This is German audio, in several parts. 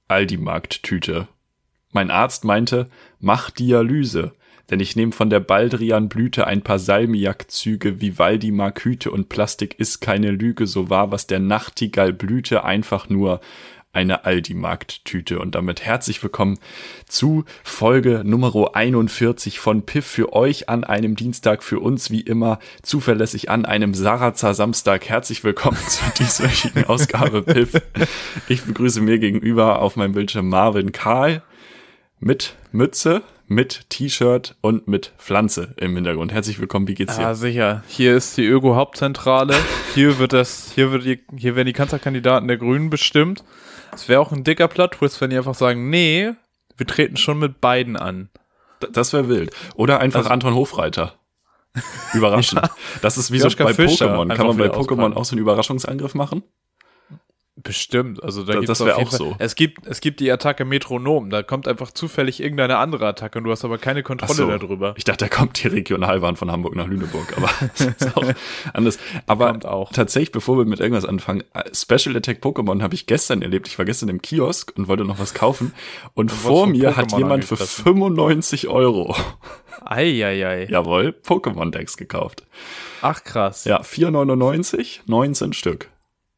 Aldi-Markt-Tüte. Mein Arzt meinte, mach Dialyse, denn ich nehme von der Baldrian-Blüte ein paar Salmiak-Züge, Vivaldi mag Hüte und Plastik ist keine Lüge, so war was der Nachtigall blühte, einfach nur eine Aldi-Markt-Tüte. Und damit herzlich willkommen zu Folge Nummer 41 von Piff für euch an einem Dienstag, für uns wie immer zuverlässig an einem Sarazar Samstag. Herzlich willkommen zu dieswöchigen Ausgabe Piff. Ich begrüße mir gegenüber auf meinem Bildschirm Marvin Karl mit Mütze, mit T-Shirt und mit Pflanze im Hintergrund. Herzlich willkommen, wie geht's dir? Ja, sicher. Hier ist die Öko-Hauptzentrale. Hier werden die Kanzlerkandidaten der Grünen bestimmt. Es wäre auch ein dicker Plot-Twist, wenn die einfach sagen, nee, wir treten schon mit beiden an. Das wäre wild. Oder einfach Anton Hofreiter. Überraschend. Ja. Das ist wie so bei Fischer, Pokémon. Kann man bei Pokémon auch so einen Überraschungsangriff machen? Bestimmt, also da gibt das es wäre auch so. Es gibt die Attacke Metronom, da kommt einfach zufällig irgendeine andere Attacke und du hast aber keine Kontrolle darüber. Ich dachte, da kommt die Regionalbahn von Hamburg nach Lüneburg, aber das ist auch anders. Aber tatsächlich, bevor wir mit irgendwas anfangen, Special Attack Pokémon habe ich gestern erlebt. Ich war gestern im Kiosk und wollte noch was kaufen und vor mir hat jemand für 95 €. Eieiei. Jawohl, Pokémon-Decks gekauft. Ach krass. Ja, 4,99, 19 Stück.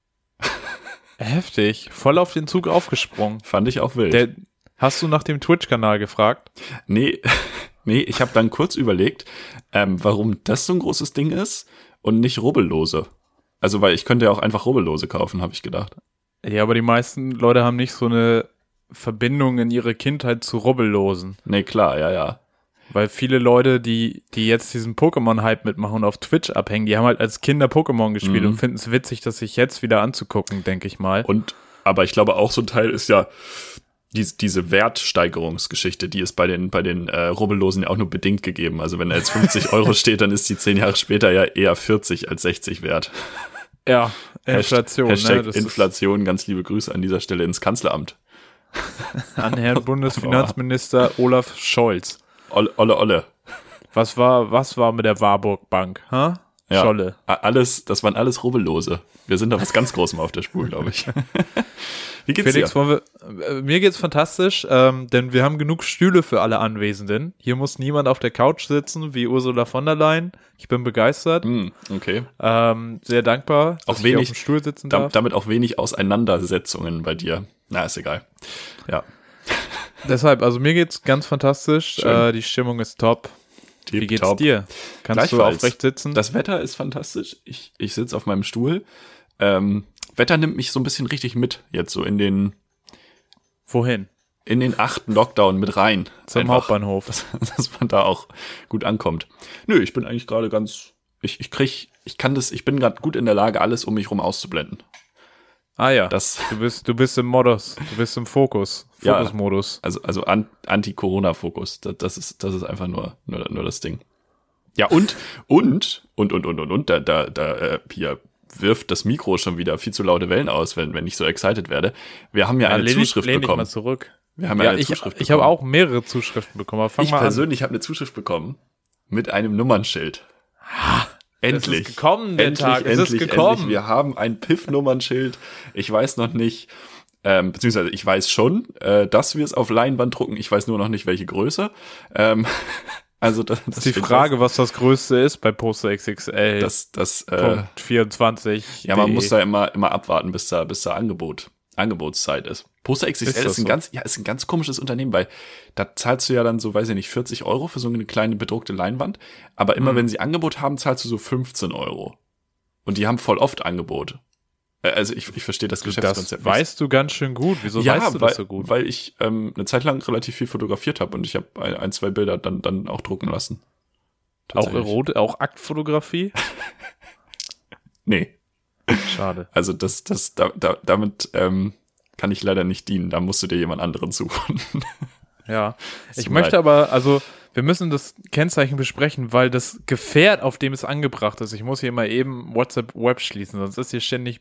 Heftig, voll auf den Zug aufgesprungen. Fand ich auch wild. Hast du nach dem Twitch-Kanal gefragt? Nee, ich habe dann kurz überlegt, warum das so ein großes Ding ist und nicht Rubbellose. Also, weil ich könnte ja auch einfach Rubbellose kaufen, habe ich gedacht. Ja, aber die meisten Leute haben nicht so eine Verbindung in ihre Kindheit zu Rubbellosen. Nee, klar, ja. Weil viele Leute, die jetzt diesen Pokémon-Hype mitmachen und auf Twitch abhängen, die haben halt als Kinder Pokémon gespielt und finden es witzig, das sich jetzt wieder anzugucken, denke ich mal. Aber ich glaube auch so ein Teil ist ja diese Wertsteigerungsgeschichte, die ist bei den Rubbellosen ja auch nur bedingt gegeben. Also wenn da jetzt 50 € steht, dann ist die 10 Jahre später ja eher 40 als 60 wert. Ja, Inflation. Hashtag Inflation, ganz liebe Grüße an dieser Stelle ins Kanzleramt. An Herrn Bundesfinanzminister Olaf Scholz. Olle. Was war mit der Warburg Bank? Ja, Scholle. Das waren alles Rubbellose. Wir sind da was ganz Großem auf der Spur, glaube ich. Wie geht's Felix, dir? Mir geht's fantastisch, denn wir haben genug Stühle für alle Anwesenden. Hier muss niemand auf der Couch sitzen, wie Ursula von der Leyen. Ich bin begeistert. Okay. Sehr dankbar, dass ich auf dem Stuhl sitzen darf. Damit auch wenig Auseinandersetzungen bei dir. Na, ist egal. Ja. Deshalb, also mir geht's ganz fantastisch. Die Stimmung ist top. Wie geht's dir? Kannst du aufrecht sitzen? Das Wetter ist fantastisch. Ich sitze auf meinem Stuhl. Wetter nimmt mich so ein bisschen richtig mit jetzt so in den... Wohin? In den 8. Lockdown mit rein. Zum Hauptbahnhof. Dass man da auch gut ankommt. Nö, ich bin eigentlich gerade ganz... Ich bin gerade gut in der Lage, alles um mich rum auszublenden. Ah ja, du bist im Modus, du bist im Fokusmodus. Ja, also Anti-Corona-Fokus, das ist einfach nur das Ding. Ja, und, da hier wirft das Mikro schon wieder viel zu laute Wellen aus, wenn ich so excited werde. Wir haben ja eine Zuschrift bekommen. Mal zurück. Wir haben eine Zuschrift bekommen. Ich habe auch mehrere Zuschriften bekommen. Aber ich persönlich habe eine Zuschrift bekommen mit einem Nummernschild. Endlich. Es ist gekommen, der Tag. Es ist gekommen. Endlich. Wir haben ein Piff-Nummernschild. Ich weiß noch nicht, beziehungsweise ich weiß schon, dass wir es auf Leinwand drucken. Ich weiß nur noch nicht, welche Größe. Also das ist die Frage, was das Größte ist bei Poster XXL. Punkt 24. Ja, man muss da immer abwarten, bis da Angebotszeit ist. Poster XXL ist ein ganz komisches Unternehmen, weil da zahlst du ja dann so, weiß ich nicht, 40 € für so eine kleine bedruckte Leinwand. Aber immer wenn sie Angebot haben, zahlst du so 15 €. Und die haben voll oft Angebot. Also ich verstehe das Geschäftskonzept nicht. Das weißt du ganz schön gut. Wieso weißt du das so gut? Weil ich eine Zeit lang relativ viel fotografiert habe und ich habe ein, zwei Bilder dann auch drucken lassen. Auch Aktfotografie? Nee. Schade. Also damit kann ich leider nicht dienen. Da musst du dir jemand anderen suchen. Ja. Ich möchte aber, also wir müssen das Kennzeichen besprechen, weil das Gefährt, auf dem es angebracht ist, ich muss hier mal eben WhatsApp Web schließen, sonst ist hier ständig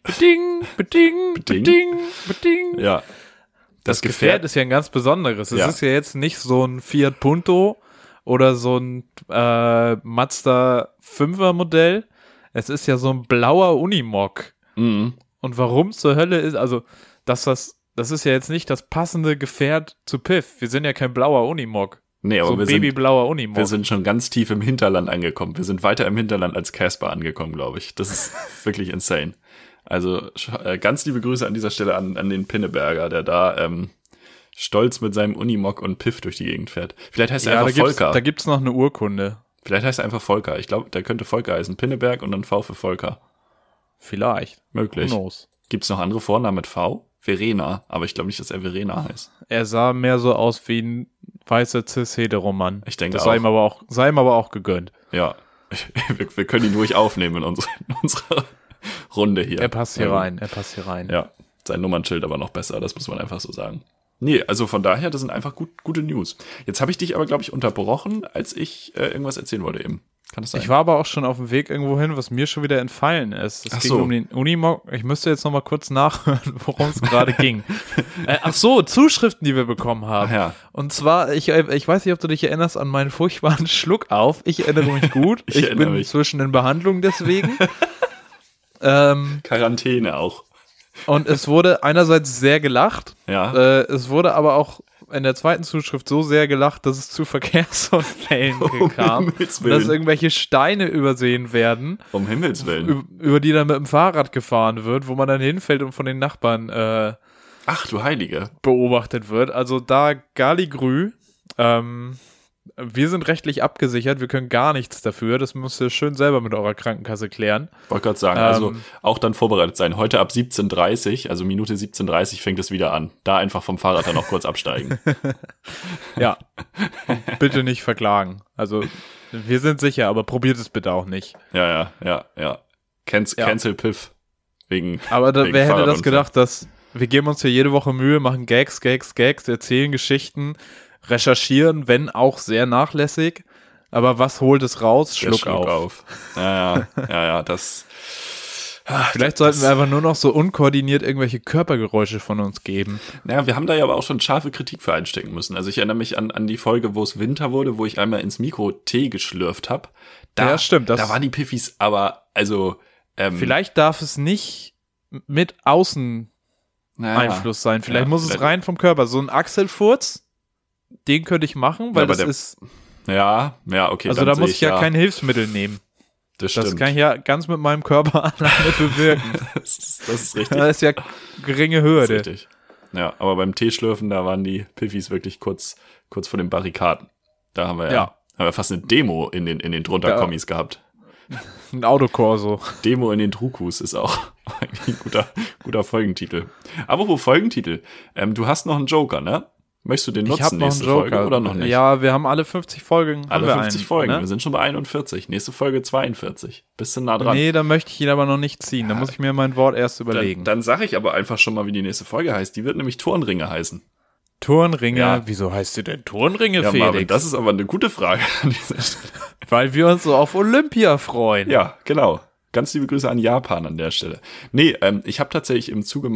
beding. Ja. Das Gefährt ist ja ein ganz besonderes. Es ist ja jetzt nicht so ein Fiat Punto oder so ein Mazda 5er Modell. Es ist ja so ein blauer Unimog. Mhm. Und warum zur Hölle ist, also, dass das das ist ja jetzt nicht das passende Gefährt zu Piff. Wir sind ja kein blauer Unimog. Nee, aber so ein babyblauer Unimog. Wir sind schon ganz tief im Hinterland angekommen. Wir sind weiter im Hinterland als Casper angekommen, glaube ich. Das ist wirklich insane. Also ganz liebe Grüße an dieser Stelle an den Pinneberger, der da stolz mit seinem Unimog und Piff durch die Gegend fährt. Vielleicht heißt er einfach Volker. Da gibt's noch eine Urkunde. Vielleicht heißt er einfach Volker. Ich glaube, der könnte Volker heißen. Pinneberg und dann V für Volker. Vielleicht. Möglich. Gibt's noch andere Vornamen mit V? Verena. Aber ich glaube nicht, dass er Verena heißt. Er sah mehr so aus wie ein weißer Cis-Hetero-Mann. Ich denke das sei ihm aber auch gegönnt. Ja. Wir können ihn ruhig aufnehmen in unserer Runde hier. Er passt hier rein. Ja. Sein Nummernschild aber noch besser. Das muss man einfach so sagen. Nee, also von daher, das sind einfach gute News. Jetzt habe ich dich aber, glaube ich, unterbrochen, als ich irgendwas erzählen wollte eben. Kann das sein? Ich war aber auch schon auf dem Weg irgendwo hin, was mir schon wieder entfallen ist. Es ging um den Unimog. Ich müsste jetzt noch mal kurz nachhören, worum es gerade ging. Zuschriften, die wir bekommen haben. Ach ja. Und zwar, ich weiß nicht, ob du dich erinnerst an meinen furchtbaren Schluck auf. Ich erinnere mich gut. ich bin inzwischen in Behandlung deswegen. Quarantäne auch. Und es wurde einerseits sehr gelacht. Ja. Es wurde aber auch in der zweiten Zuschrift so sehr gelacht, dass es zu Verkehrsunfällen kam. Und dass irgendwelche Steine übersehen werden. Um Himmels Willen. Über die dann mit dem Fahrrad gefahren wird, wo man dann hinfällt und von den Nachbarn ach du Heilige. Beobachtet wird. Also da Galigrü, wir sind rechtlich abgesichert, wir können gar nichts dafür. Das müsst ihr schön selber mit eurer Krankenkasse klären. Wollte gerade sagen, also auch dann vorbereitet sein. Heute ab 17:30, also Minute 17:30 fängt es wieder an. Da einfach vom Fahrrad dann noch kurz absteigen. Ja, und bitte nicht verklagen. Also wir sind sicher, aber probiert es bitte auch nicht. Ja. Cancel Piff. Aber wer hätte das gedacht, dass wir geben uns hier jede Woche Mühe, machen Gags, erzählen Geschichten, recherchieren, wenn auch sehr nachlässig. Aber was holt es raus? Schluck auf. Ja, das... Vielleicht sollten wir einfach nur noch so unkoordiniert irgendwelche Körpergeräusche von uns geben. Naja, wir haben da ja aber auch schon scharfe Kritik für einstecken müssen. Also ich erinnere mich an die Folge, wo es Winter wurde, wo ich einmal ins Mikro Tee geschlürft habe. Ja, stimmt. Da waren die Piffis aber, also... vielleicht darf es nicht mit Außeneinfluss sein. Vielleicht muss es rein vom Körper. So ein Achselfurz, den könnte ich machen, weil das ist... Ja, okay. Also da muss ich ja kein Hilfsmittel nehmen. Das stimmt. Das kann ich ja ganz mit meinem Körper alleine bewirken. Das ist richtig. Das ist ja geringe Hürde. Das ist richtig. Ja, aber beim Teeschlürfen, da waren die Piffis wirklich kurz vor den Barrikaden. Da haben wir haben wir fast eine Demo in den Drunter-Kommis gehabt. Ein Autokorso. Demo in den Trukus ist auch eigentlich ein guter Folgentitel. Apropos Folgentitel, du hast noch einen Joker, ne? Möchtest du den nutzen, ich hab noch nächste einen Joker. Folge oder noch nicht? Ja, wir haben alle 50 Folgen. Alle 50 Folgen, ne? Wir sind schon bei 41. Nächste Folge 42. Bist du nah dran? Nee, dann möchte ich ihn aber noch nicht ziehen. Da muss ich mir mein Wort erst überlegen. Dann sage ich aber einfach schon mal, wie die nächste Folge heißt. Die wird nämlich Turnringe heißen. Turnringe? Ja. Wieso heißt sie denn Turnringe, ja, Felix? Marvin, das ist aber eine gute Frage an dieser Stelle. Weil wir uns so auf Olympia freuen. Ja, genau. Ganz liebe Grüße an Japan an der Stelle. Nee, ich habe tatsächlich im Zuge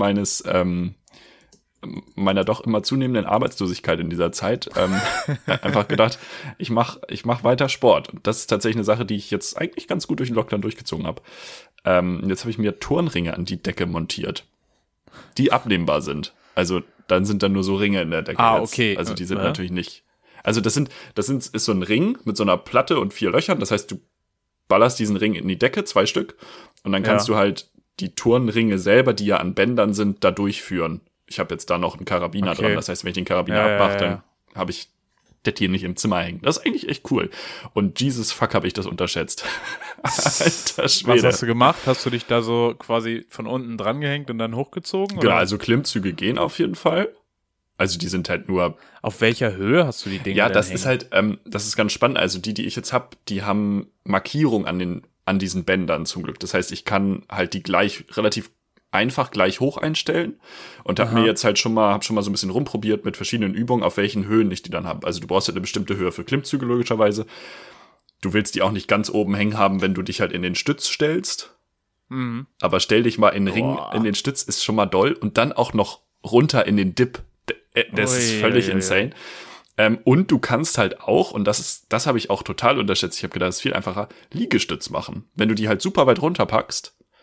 meiner doch immer zunehmenden Arbeitslosigkeit in dieser Zeit einfach gedacht, ich mach weiter Sport. Und das ist tatsächlich eine Sache, die ich jetzt eigentlich ganz gut durch den Lockdown durchgezogen habe. Jetzt habe ich mir Turnringe an die Decke montiert, die abnehmbar sind. Also dann sind da nur so Ringe in der Decke. Okay. Also die sind natürlich nicht. Also das ist so ein Ring mit so einer Platte und 4 Löchern. Das heißt, du ballerst diesen Ring in die Decke, 2 Stück, und dann kannst du halt die Turnringe selber, die ja an Bändern sind, da durchführen. Ich habe jetzt da noch einen Karabiner dran. Das heißt, wenn ich den Karabiner abmache, dann habe ich das hier nicht im Zimmer hängen. Das ist eigentlich echt cool. Und Jesus fuck, habe ich das unterschätzt. Alter Schwede. Was hast du gemacht? Hast du dich da so quasi von unten dran gehängt und dann hochgezogen? Genau, also Klimmzüge gehen auf jeden Fall. Also die sind halt nur... Auf welcher Höhe hast du die Dinge Ja, das ist halt, das ist ganz spannend. Also die ich jetzt habe, die haben Markierung an diesen Bändern zum Glück. Das heißt, ich kann halt die relativ einfach gleich hoch einstellen und habe mir jetzt halt schon mal so ein bisschen rumprobiert mit verschiedenen Übungen, auf welchen Höhen ich die dann habe. Also du brauchst halt eine bestimmte Höhe für Klimmzüge logischerweise. Du willst die auch nicht ganz oben hängen haben, wenn du dich halt in den Stütz stellst. Mhm. Aber stell dich mal in den Ring, in den Stütz, ist schon mal doll, und dann auch noch runter in den Dip. Das ist völlig insane. Und du kannst halt auch, und das habe ich auch total unterschätzt, ich habe gedacht, das ist viel einfacher, Liegestütz machen. Wenn du die halt super weit runterpackst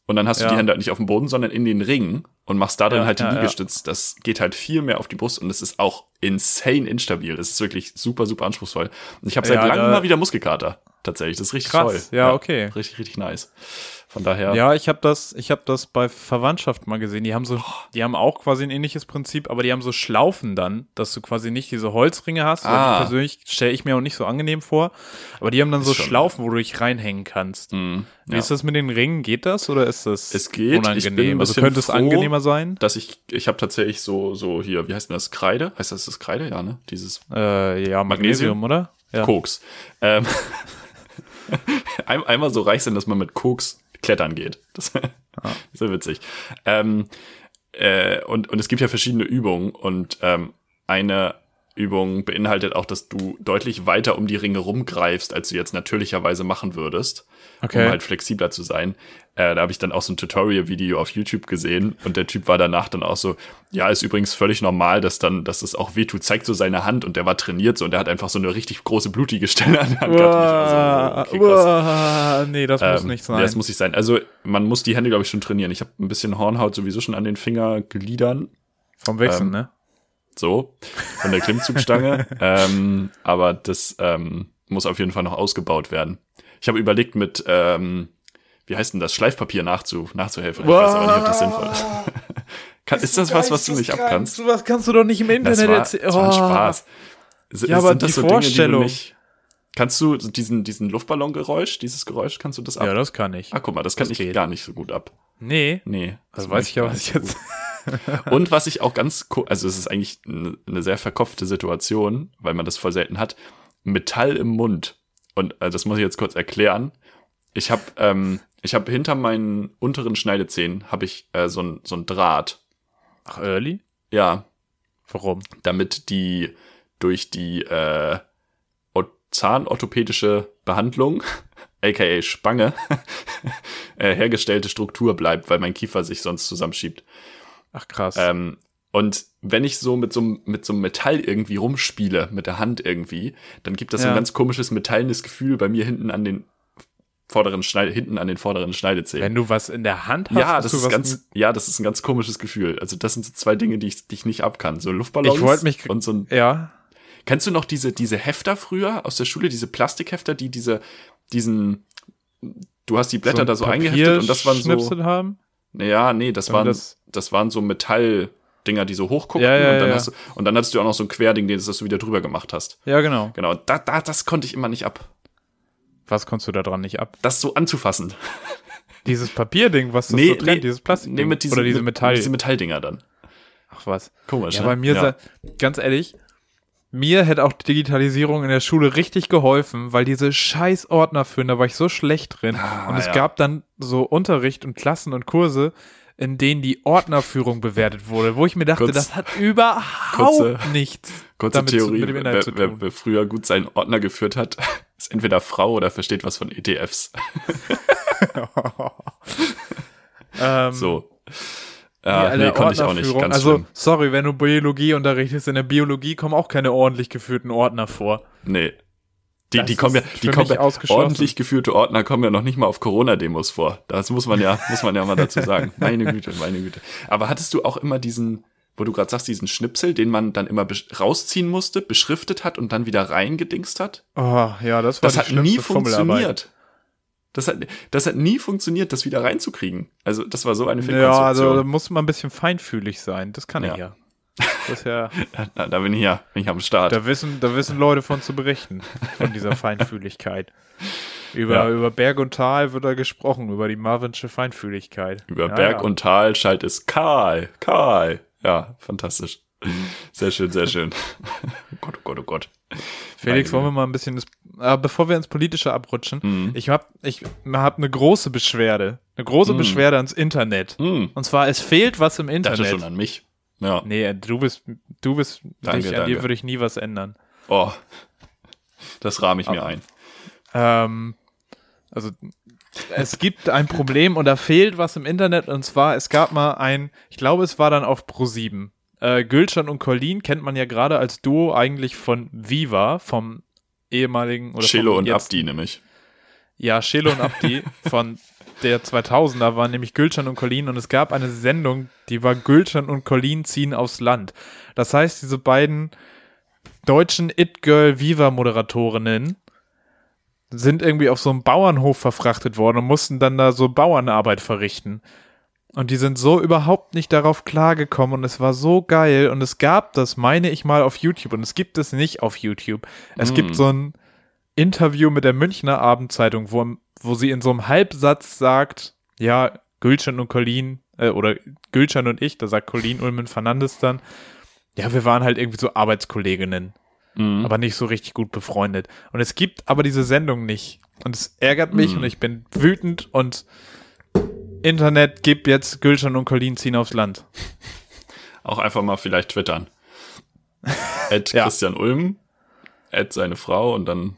Und dann hast du Ja. die Hände halt nicht auf dem Boden, sondern in den Ringen und machst da drin Ja, halt den ja, Liegestütz. Das geht halt viel mehr auf die Brust und es ist auch insane instabil. Das ist wirklich super, super anspruchsvoll. Und ich habe seit Ja, langem mal wieder Muskelkater. Tatsächlich, das ist richtig Krass, toll. ja, okay. Richtig, richtig nice. Von daher. Ja, ich hab das bei Verwandtschaft mal gesehen. Die haben auch quasi ein ähnliches Prinzip, aber die haben so Schlaufen dann, dass du quasi nicht diese Holzringe hast. Weil die persönlich stelle ich mir auch nicht so angenehm vor. Aber die haben dann so schon, Schlaufen, wo du dich reinhängen kannst. Wie ist das mit den Ringen? Geht das oder ist das Es geht. unangenehm? Ich bin ein Also bisschen könnte es froh, angenehmer sein? Dass ich habe tatsächlich so hier, wie heißt denn das? Kreide? Heißt das Kreide? Ja, ne? Dieses Ja, Magnesium, oder? Ja. Koks. Einmal so reich sein, dass man mit Koks klettern geht. Das ist so witzig. Und es gibt ja verschiedene Übungen und eine Übung beinhaltet auch, dass du deutlich weiter um die Ringe rumgreifst, als du jetzt natürlicherweise machen würdest, Okay. um halt flexibler zu sein. Da habe ich dann auch so ein Tutorial-Video auf YouTube gesehen und der Typ war danach dann auch so, ja, ist übrigens völlig normal, dass es auch wehtut, zeigt so seine Hand und der war trainiert so und der hat einfach so eine richtig große blutige Stelle an der Hand gehabt. Und ich war so, okay, krass. Nee, das muss nicht sein. Ja, das muss nicht sein. Also man muss die Hände, glaube ich, schon trainieren. Ich habe ein bisschen Hornhaut sowieso schon an den Fingergliedern. Vom Wechseln, ne? So, von der Klimmzugstange. Aber das muss auf jeden Fall noch ausgebaut werden. Ich habe überlegt, mit, wie heißt denn das, Schleifpapier nachzuhelfen. Ich weiß aber nicht, ob das sinnvoll ist. Ist das was du nicht abkannst? Sowas kannst du doch nicht im Internet erzählen. Das war ein Spaß. Ja, aber die Vorstellung. Kannst du diesen Luftballongeräusch, dieses Geräusch, kannst du das ab? Ja, das kann ich. Ah, guck mal, das kann ich geht. gar nicht so gut ab. Nee. Das weiß ich aber nicht jetzt. Und was ich auch also es ist eigentlich eine sehr verkopfte Situation, weil man das voll selten hat, Metall im Mund. Und das muss ich jetzt kurz erklären. Ich habe hinter meinen unteren Schneidezähnen habe ich so ein Draht. Ach, early? Ja, Warum? damit die durch die zahnorthopädische Behandlung, aka Spange, hergestellte Struktur bleibt, weil mein Kiefer sich sonst zusammenschiebt. Ach, krass. Und wenn ich so mit so einem Metall irgendwie rumspiele, mit der Hand irgendwie, dann gibt das so ein ganz komisches metallenes Gefühl bei mir hinten an den vorderen Schneidezähnen. Wenn du was in der Hand hast, Ja, das ist ein ganz komisches Gefühl. Also das sind so zwei Dinge, die ich nicht abkann. So Luftballons und so ein... Ja. Kennst du noch diese Hefter früher aus der Schule, diese Plastikhefter, die du hast die Blätter da so eingeheftet und das waren so... Schnipsel haben? Naja, nee, das waren so Metalldinger, die so hochguckten und dann hattest du auch noch so ein Querding, das du wieder drüber gemacht hast. Ja, genau. Genau, das konnte ich immer nicht ab. Was konntest du da dran nicht ab? Das so anzufassen. Dieses Papierding, was das so trennt, dieses Plastik. Nee, mit oder diese diese Metalldinger dann. Ach was. Komisch, Ja, ne? bei mir, ganz ehrlich, mir hätte auch die Digitalisierung in der Schule richtig geholfen, weil diese scheiß Ordner führen, da war ich so schlecht drin. Und es gab dann so Unterricht und Klassen und Kurse, in denen die Ordnerführung bewertet wurde, wo ich mir dachte, das hat überhaupt nichts Kurze Theorie, mit dem Inhalt zu tun. wer früher gut seinen Ordner geführt hat, ist entweder Frau oder versteht was von ETFs. So. Nee, konnte ich auch nicht. Ganz schlimm. Sorry, wenn du Biologie unterrichtest, in der Biologie kommen auch keine ordentlich geführten Ordner vor. Nee. Die kommen ordentlich geführte Ordner kommen ja noch nicht mal auf Corona-Demos vor. Das muss man ja mal dazu sagen. Meine Güte. Aber hattest du auch immer diesen, wo du gerade sagst, diesen Schnipsel, den man dann immer rausziehen musste, beschriftet hat und dann wieder reingedingst hat? Oh, ja, das hat nie funktioniert. Das hat nie funktioniert, das wieder reinzukriegen. Also, das war so eine Fehlkonstruktion. Ja, also da muss man ein bisschen feinfühlig sein. Das kann ich ja. Das ist ja. Da bin ich am Start. Da wissen Leute von zu berichten, von dieser Feinfühligkeit. Über Berg und Tal wird da gesprochen, über die Marvinsche Feinfühligkeit. Über Berg und Tal schallt es Karl. Ja, fantastisch. Sehr schön, sehr schön. Oh Gott. Felix, wollen wir mal ein bisschen bevor wir ins Politische abrutschen, ich hab eine große Beschwerde. Beschwerde ans Internet. Und zwar, es fehlt was im Internet. Ich dachte schon an mich. Ja. Nee, du bist Danke. An dir würde ich nie was ändern. Oh, das rahme ich mir ein. Also, es gibt ein Problem und da fehlt was im Internet und zwar, es gab mal ich glaube, es war dann auf Pro7. Gülcan und Colin kennt man ja gerade als Duo eigentlich von Viva, vom ehemaligen... Chelo und Abdi nämlich. Ja, Chelo und Abdi von der 2000er waren nämlich Gülcan und Colleen und es gab eine Sendung, die war Gülcan und Colleen ziehen aufs Land. Das heißt, diese beiden deutschen It-Girl-Viva-Moderatorinnen sind irgendwie auf so einem Bauernhof verfrachtet worden und mussten dann da so Bauernarbeit verrichten. Und die sind so überhaupt nicht darauf klargekommen und es war so geil und es gab das, meine ich mal, auf YouTube und es gibt es nicht auf YouTube. Es gibt so ein Interview mit der Münchner Abendzeitung, wo sie in so einem Halbsatz sagt, ja, Gülcan und Colleen, oder Gülcan und ich, da sagt Colleen Ullmann-Fernandes dann, ja, wir waren halt irgendwie so Arbeitskolleginnen, aber nicht so richtig gut befreundet. Und es gibt aber diese Sendung nicht. Und es ärgert mich und ich bin wütend und Internet, gib jetzt Gülcan und Colleen ziehen aufs Land. Auch einfach mal vielleicht twittern. Christian Ulm, seine Frau und dann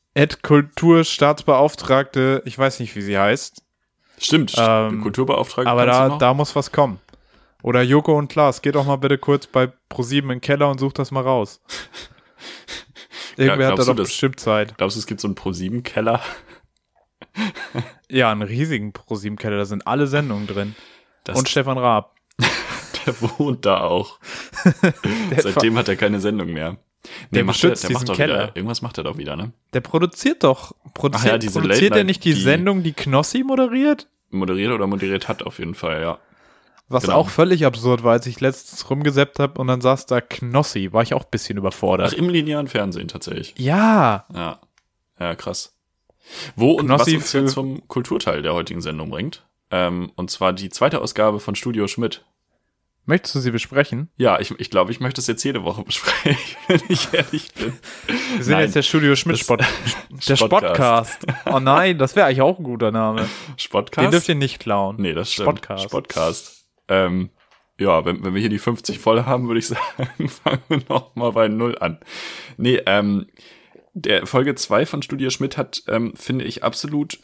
Kulturstaatsbeauftragte, ich weiß nicht, wie sie heißt. Stimmt, Kulturbeauftragte. Aber da muss was kommen. Oder Joko und Klaas, geht doch mal bitte kurz bei ProSieben in den Keller und sucht das mal raus. Irgendwer hat da doch bestimmt Zeit. Glaubst du, es gibt so einen ProSieben-Keller? Ja, einen riesigen ProSieben-Keller, da sind alle Sendungen drin. Und Stefan Raab. Der wohnt da auch. Seitdem hat er keine Sendung mehr. Der beschützt diesen Keller. Irgendwas macht er doch wieder, ne? Der produziert er nicht die Sendung, die Knossi moderiert? Moderiert hat auf jeden Fall, ja. Was auch völlig absurd war, als ich letztens rumgesappt habe und dann saß da Knossi, war ich auch ein bisschen überfordert. Ach, im linearen Fernsehen tatsächlich. Ja. Ja, krass. Was uns jetzt zum Kulturteil der heutigen Sendung bringt. Und zwar die zweite Ausgabe von Studio Schmidt. Möchtest du sie besprechen? Ja, ich glaube, ich möchte es jetzt jede Woche besprechen, wenn ich ehrlich bin. Wir sind jetzt der Studio Schmidt der Spotcast. Oh nein, das wäre eigentlich auch ein guter Name. Spotcast? Den dürft ihr nicht klauen. Nee, das stimmt. Spotcast. Wenn wir hier die 50 voll haben, würde ich sagen, fangen wir nochmal bei 0 an. Nee, der Folge 2 von Studio Schmidt hat, finde ich, absolut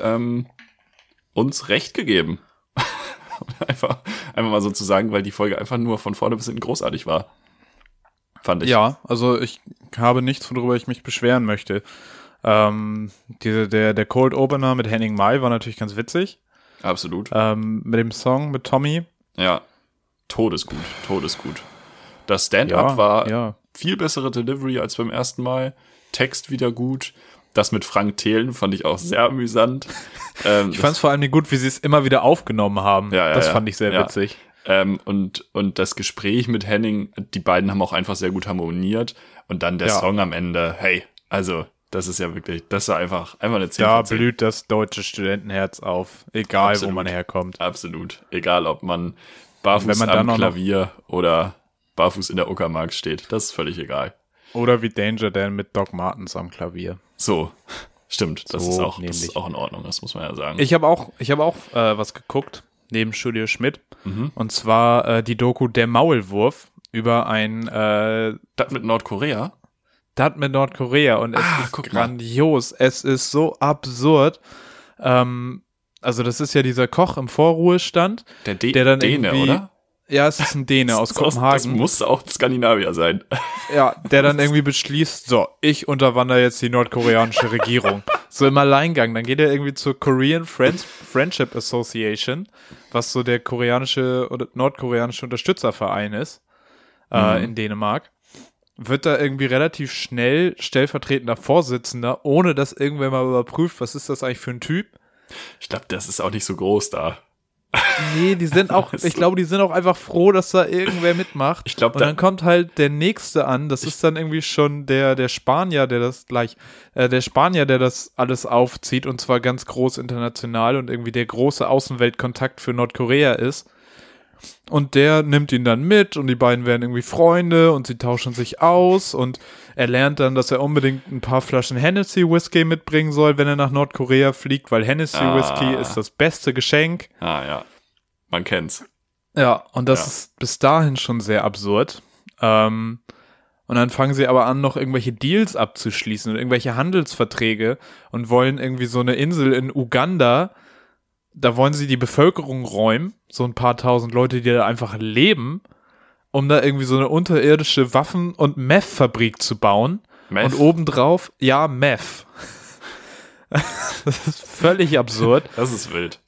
uns recht gegeben. einfach mal so zu sagen, weil die Folge einfach nur von vorne bis hinten großartig war. Fand ich. Ja, also ich habe nichts, worüber ich mich beschweren möchte. Der Cold Opener mit Henning Mai war natürlich ganz witzig. Absolut. Mit dem Song mit Tommy. Ja, todesgut. Das Stand-Up war viel bessere Delivery als beim ersten Mal. Text wieder gut. Das mit Frank Thelen fand ich auch sehr amüsant. Ich fand es vor allem gut, wie sie es immer wieder aufgenommen haben. Das fand ich sehr witzig. Und das Gespräch mit Henning, die beiden haben auch einfach sehr gut harmoniert. Und dann der Song am Ende, hey, also das ist ja wirklich, das war einfach eine 10 Da blüht das deutsche Studentenherz auf, egal wo man herkommt. Absolut, egal ob man barfuß am Klavier oder barfuß in der Uckermark steht, das ist völlig egal. Oder wie Danger Dan mit Doc Martens am Klavier. So, stimmt, das ist auch in Ordnung, das muss man ja sagen. Ich habe auch was geguckt, neben Studio Schmidt, und zwar die Doku Der Maulwurf über ein Das mit Nordkorea? Und es ist grandios. Es ist so absurd. Also das ist ja dieser Koch im Vorruhestand. Der dann Däne, oder? Ja, es ist ein Däne aus Kopenhagen. Das muss auch Skandinavier sein. Ja, der dann irgendwie beschließt, so, ich unterwandere jetzt die nordkoreanische Regierung. So im Alleingang. Dann geht er irgendwie zur Korean Friendship Association, was so der koreanische oder nordkoreanische Unterstützerverein ist, in Dänemark. Wird da irgendwie relativ schnell stellvertretender Vorsitzender, ohne dass irgendwer mal überprüft, was ist das eigentlich für ein Typ. Ich glaube, das ist auch nicht so groß da. Nee, die sind auch, ich glaube, die sind auch einfach froh, dass da irgendwer mitmacht. Ich glaube, und dann kommt halt der Nächste an, das ist dann irgendwie schon der Spanier, der das alles aufzieht und zwar ganz groß international und irgendwie der große Außenweltkontakt für Nordkorea ist. Und der nimmt ihn dann mit und die beiden werden irgendwie Freunde und sie tauschen sich aus und er lernt dann, dass er unbedingt ein paar Flaschen Hennessy Whisky mitbringen soll, wenn er nach Nordkorea fliegt, weil Hennessy Whisky ist das beste Geschenk. Ja, man kennt's. Ja, und das ist bis dahin schon sehr absurd. Und dann fangen sie aber an, noch irgendwelche Deals abzuschließen und irgendwelche Handelsverträge und wollen irgendwie so eine Insel in Uganda, da wollen sie die Bevölkerung räumen, so ein paar tausend Leute, die da einfach leben, um da irgendwie so eine unterirdische Waffen- und Meth-Fabrik zu bauen. Meth? Und obendrauf, Meth. Das ist völlig absurd. Das ist wild.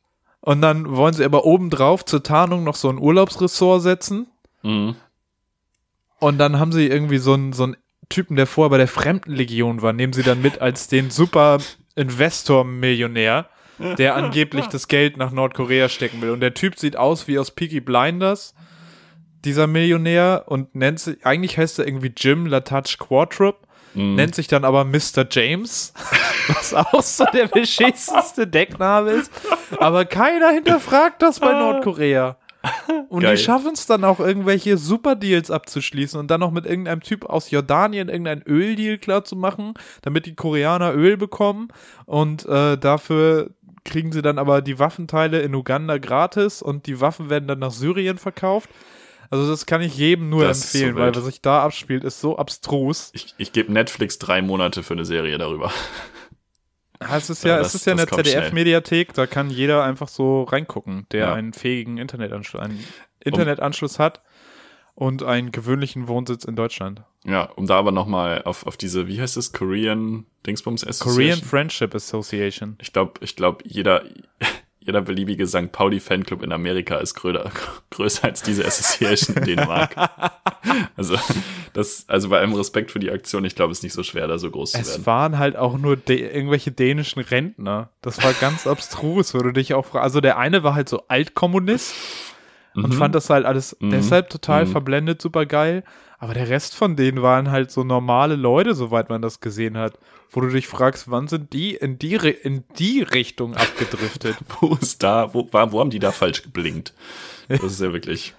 Und dann wollen sie aber obendrauf zur Tarnung noch so ein Urlaubsressort setzen. Mhm. Und dann haben sie irgendwie so einen Typen, der vorher bei der Fremdenlegion war, nehmen sie dann mit als den super Investor-Millionär, der angeblich das Geld nach Nordkorea stecken will. Und der Typ sieht aus wie aus Peaky Blinders, dieser Millionär, und nennt sich, eigentlich heißt er irgendwie Jim Latouche Quartrup, nennt sich dann aber Mr. James, was auch so der beschissenste Deckname ist. Aber keiner hinterfragt das bei Nordkorea. Und Geil. die schaffen es dann auch, irgendwelche Super-Deals abzuschließen und dann noch mit irgendeinem Typ aus Jordanien irgendeinen Öldeal klar zu machen, damit die Koreaner Öl bekommen. Und dafür kriegen sie dann aber die Waffenteile in Uganda gratis und die Waffen werden dann nach Syrien verkauft. Also das kann ich jedem nur Das ist empfehlen, so weil wild. was sich da abspielt, ist so abstrus. Ich gebe Netflix 3 Monate für eine Serie darüber. Es ist Ja, ja, das- es ist ja das eine kommt ZDF-Mediathek, da kann jeder einfach so reingucken, der Ja. einen fähigen Internetanschluss hat und einen gewöhnlichen Wohnsitz in Deutschland. Ja, um da aber nochmal auf diese, wie heißt es, Korean Dingsbums Association? Korean Friendship Association. Ich glaube, jeder beliebige St. Pauli-Fanclub in Amerika ist größer als diese Association in Dänemark. Also bei allem Respekt für die Aktion, ich glaube, es ist nicht so schwer, da so groß zu Es werden. waren halt auch nur irgendwelche dänischen Rentner. Das war ganz abstrus, wo du dich auch fragst. Also der eine war halt so Altkommunist und fand das halt alles deshalb total verblendet, super geil. Aber der Rest von denen waren halt so normale Leute, soweit man das gesehen hat. Wo du dich fragst, wann sind die in die Richtung abgedriftet? Wo haben die da falsch geblinkt? Das ist ja wirklich.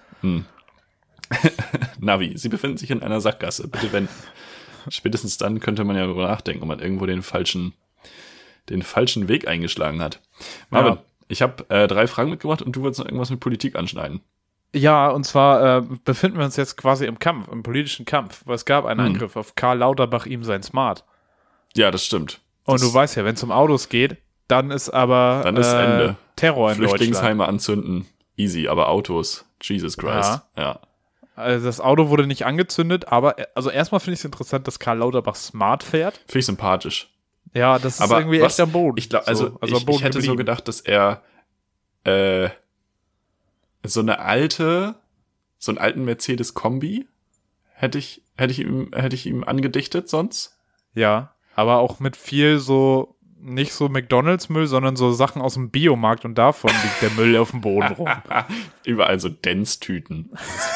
Navi, Sie befinden sich in einer Sackgasse. Bitte wenden. Spätestens dann könnte man ja darüber nachdenken, ob man irgendwo den falschen Weg eingeschlagen hat. Marvin, Ja. ich habe 3 Fragen mitgebracht und du wolltest noch irgendwas mit Politik anschneiden. Ja, und zwar befinden wir uns jetzt quasi im politischen Kampf, weil es gab einen Angriff auf Karl Lauterbach, ihm sein Smart. Ja, das stimmt. Und du weißt ja, wenn es um Autos geht, dann ist aber Dann ist Ende. Terror in Deutschland. Flüchtlingsheime anzünden, easy, aber Autos, Jesus Christ. Ja. Also das Auto wurde nicht angezündet, aber also erstmal finde ich es interessant, dass Karl Lauterbach Smart fährt. Finde ich sympathisch. Ja, das ist Aber irgendwie was- echt am Boden. Ich glaube, am Boden ich hätte so geblieben. gedacht, dass er so einen alten Mercedes-Kombi hätte ich ihm angedichtet sonst. Ja, aber auch mit viel so, nicht so McDonalds-Müll, sondern so Sachen aus dem Biomarkt und davon liegt der Müll auf dem Boden rum. Überall so Dance-Tüten.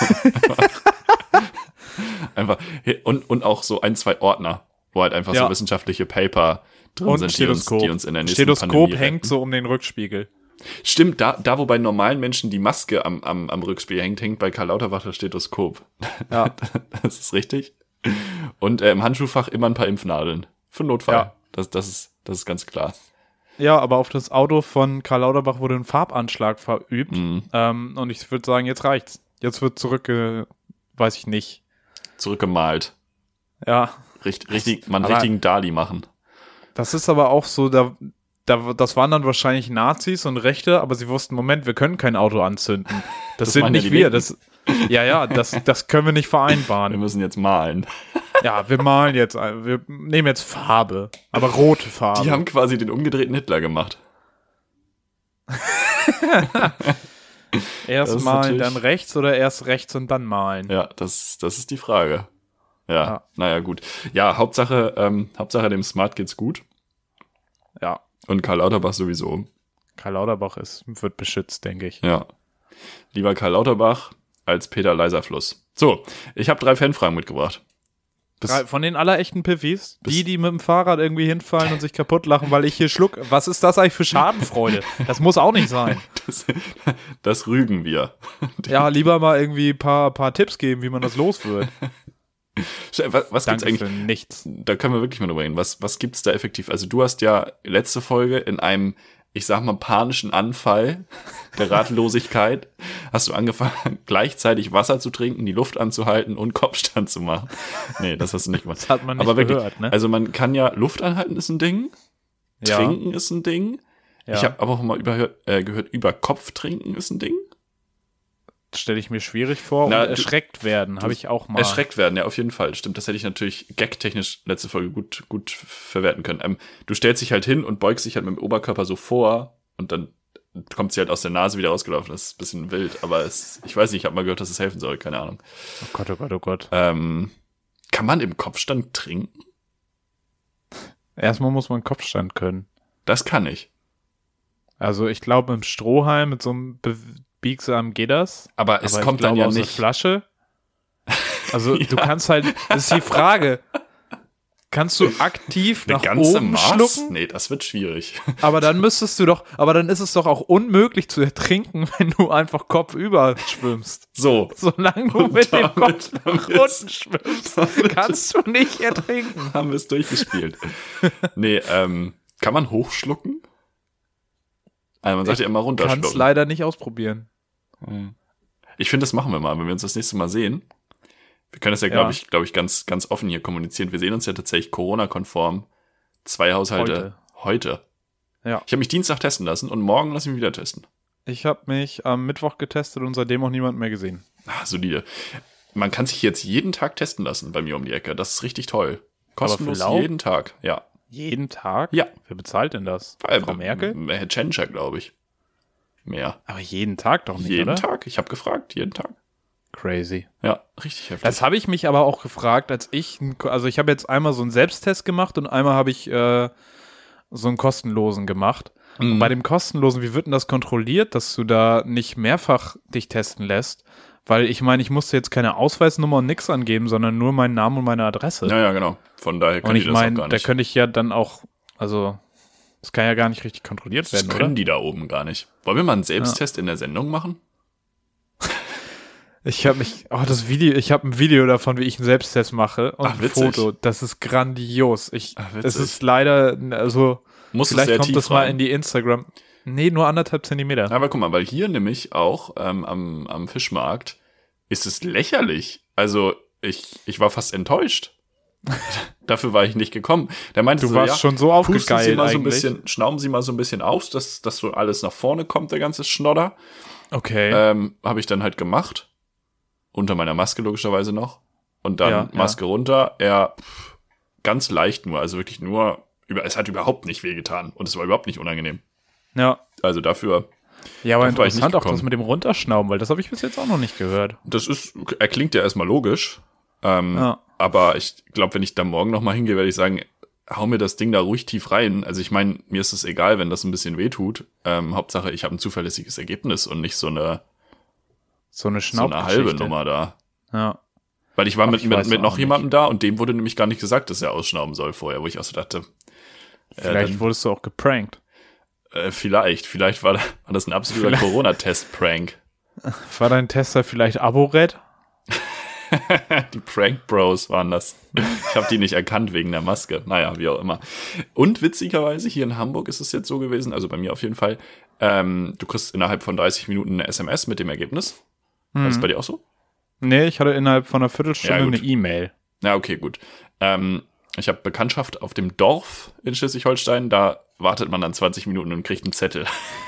Einfach und auch so 1, 2 Ordner, wo halt einfach Ja. so wissenschaftliche Paper drin Und ein sind, Stethoskop. die uns in der nächsten Stethoskop Pandemie hängt retten. so um den Rückspiegel. Stimmt, da wo bei normalen Menschen die Maske am Rückspiegel hängt bei Karl Lauterbach das Stethoskop. Ja. Das ist richtig. Und im Handschuhfach immer ein paar Impfnadeln. Für Notfall. Ja. Das ist ganz klar. Ja, aber auf das Auto von Karl Lauterbach wurde ein Farbanschlag verübt. Und ich würde sagen, jetzt reicht's. Jetzt wird weiß ich nicht. Zurückgemalt. Ja, aber- Richtigen Dali machen. das ist aber auch so, das waren dann wahrscheinlich Nazis und Rechte, aber sie wussten, Moment, wir können kein Auto anzünden. Das sind waren ja nicht die wir. Linken. Das können wir nicht Wir vereinbaren. müssen jetzt malen. Ja, wir nehmen jetzt Farbe, aber rote Farbe. Die haben quasi den umgedrehten Hitler gemacht. erst das ist malen, natürlich- dann rechts oder erst rechts und dann malen. Ja, das ist die Frage. Ja, Ja. naja, gut. Ja, Hauptsache dem Smart geht's gut. Ja, Und Karl Lauterbach sowieso. Karl Lauterbach wird beschützt, denke ich. Ja. Lieber Karl Lauterbach als Peter Leiserfluss. So, ich habe 3 Fanfragen mitgebracht. Von den allerechten Piffis, die mit dem Fahrrad irgendwie hinfallen und sich kaputt lachen, weil ich hier schluck. Was ist das eigentlich für Schadenfreude? Das muss auch nicht sein. Das rügen wir. Ja, lieber mal irgendwie ein paar Tipps geben, wie man das los wird. Was gibt's Danke für eigentlich? nichts. Da können wir wirklich mal drüber reden. Was gibt's da effektiv? Also du hast ja letzte Folge in einem, ich sag mal, panischen Anfall der Ratlosigkeit hast du angefangen, gleichzeitig Wasser zu trinken, die Luft anzuhalten und Kopfstand zu machen. Nee, das hast du nicht gemacht. Das hat man nicht Aber wirklich, gehört, ne? also man kann ja, Luft anhalten ist ein Ding, Ja. Trinken ist ein Ding. Ja. Ich habe aber auch mal gehört, über Kopf trinken ist ein Ding. Stelle ich mir schwierig vor. Na, und erschreckt werden, habe ich auch mal. Erschreckt werden, ja, auf jeden Fall. Stimmt, das hätte ich natürlich gagtechnisch letzte Folge gut verwerten können. Du stellst dich halt hin und beugst dich halt mit dem Oberkörper so vor und dann kommt sie halt aus der Nase wieder rausgelaufen. Das ist ein bisschen wild, aber ich weiß nicht, ich habe mal gehört, dass es helfen soll, keine Ahnung. Oh Gott, oh Gott, oh Gott. Kann man im Kopfstand trinken? Erstmal muss man Kopfstand können. Das kann ich. Also ich glaube im Strohhalm mit so einem biegsamen geht das. Aber es kommt dann ja aus der nicht. Flasche. Also du kannst halt, das ist die Frage, kannst du aktiv Eine nach ganze oben Maß? schlucken? Nee, das wird schwierig. Aber dann ist es doch auch unmöglich zu ertrinken, wenn du einfach kopfüber schwimmst. So. Solange du Und mit dem damit Kopf nach unten schwimmst, kannst du nicht ertrinken. Haben wir es durchgespielt. Nee, kann man hochschlucken? Also man sagt ja immer runterschlucken. Kannst leider nicht ausprobieren. Ich finde, das machen wir mal, wenn wir uns das nächste Mal sehen. Wir können das ja, glaube ich, ganz, ganz offen hier kommunizieren. Wir sehen uns ja tatsächlich Corona-konform 2 Haushalte heute. Ja. Ich habe mich Dienstag testen lassen und morgen lasse ich mich wieder testen. Ich habe mich am Mittwoch getestet und seitdem auch niemand mehr gesehen. Solide. Man kann sich jetzt jeden Tag testen lassen bei mir um die Ecke. Das ist richtig toll. Kostenlos lau? jeden Tag, ja. Jeden Tag? Ja. Wer bezahlt denn das? Frau Merkel? Herr Tschentscher, glaube ich. Mehr. Aber jeden Tag doch nicht, Jeden oder? Tag. Ich habe gefragt, jeden Tag. Crazy. Ja, richtig heftig. Das habe ich mich aber auch gefragt, ich habe jetzt einmal so einen Selbsttest gemacht und einmal habe ich so einen kostenlosen gemacht. Mhm. Und bei dem kostenlosen, wie wird denn das kontrolliert, dass du da nicht mehrfach dich testen lässt? Weil ich meine, ich musste jetzt keine Ausweisnummer und nix angeben, sondern nur meinen Namen und meine Adresse. Ja, genau. Von daher und können die ich das auch meine, gar da nicht. könnte ich ja dann auch, also das kann ja gar nicht richtig kontrolliert Das werden, können oder? die da oben gar nicht. Wollen wir mal einen Selbsttest in der Sendung machen? Ich habe ein Video davon, wie ich einen Selbsttest mache und ein witzig. Foto. Das ist grandios. Witzig. Es ist leider, also Muss es vielleicht sehr kommt tief das mal rein. in die Instagram. Nee, nur 1,5 Zentimeter. Aber guck mal, weil hier nämlich auch am Fischmarkt ist es lächerlich. Also ich war fast enttäuscht. Dafür war ich nicht gekommen. Der meinte Du warst schon so pusten aufgegeilt Sie mal so ein eigentlich. bisschen, schnauben Sie mal so ein bisschen aus, dass so alles nach vorne kommt, der ganze Schnodder. Okay. Habe ich dann halt gemacht. Unter meiner Maske logischerweise noch. Und dann Ja, Maske runter. Ganz leicht nur. Also wirklich nur, es hat überhaupt nicht wehgetan. Und es war überhaupt nicht unangenehm. Ja. Also dafür, Ja, aber dafür war ich interessant nicht auch das gekommen. mit dem Runterschnauben, weil das habe ich bis jetzt auch noch nicht gehört. er klingt ja erstmal logisch. Ja. Aber ich glaube, wenn ich da morgen nochmal hingehe, werde ich sagen, hau mir das Ding da ruhig tief rein. Also ich meine, mir ist es egal, wenn das ein bisschen wehtut. Hauptsache, ich habe ein zuverlässiges Ergebnis und nicht so eine halbe Schnaubgeschichte. Nummer da. Ja. Weil ich war Ach, mit ich weiß noch auch jemandem da und dem wurde nämlich gar nicht gesagt, dass er ausschnauben soll vorher, wo ich auch so dachte, Vielleicht wurdest du auch geprankt. vielleicht war das ein absoluter Corona-Test-Prank. War dein Tester vielleicht Abo-Red? Die Prank Bros waren das. Ich habe die nicht erkannt wegen der Maske. Naja, wie auch immer. Und witzigerweise, hier in Hamburg ist es jetzt so gewesen, also bei mir auf jeden Fall, du kriegst innerhalb von 30 Minuten eine SMS mit dem Ergebnis. War das bei dir auch so? Nee, ich hatte innerhalb von einer Viertelstunde Ja, gut. eine E-Mail. Ja, okay, gut. Ich habe Bekanntschaft auf dem Dorf in Schleswig-Holstein, da wartet man dann 20 Minuten und kriegt einen Zettel.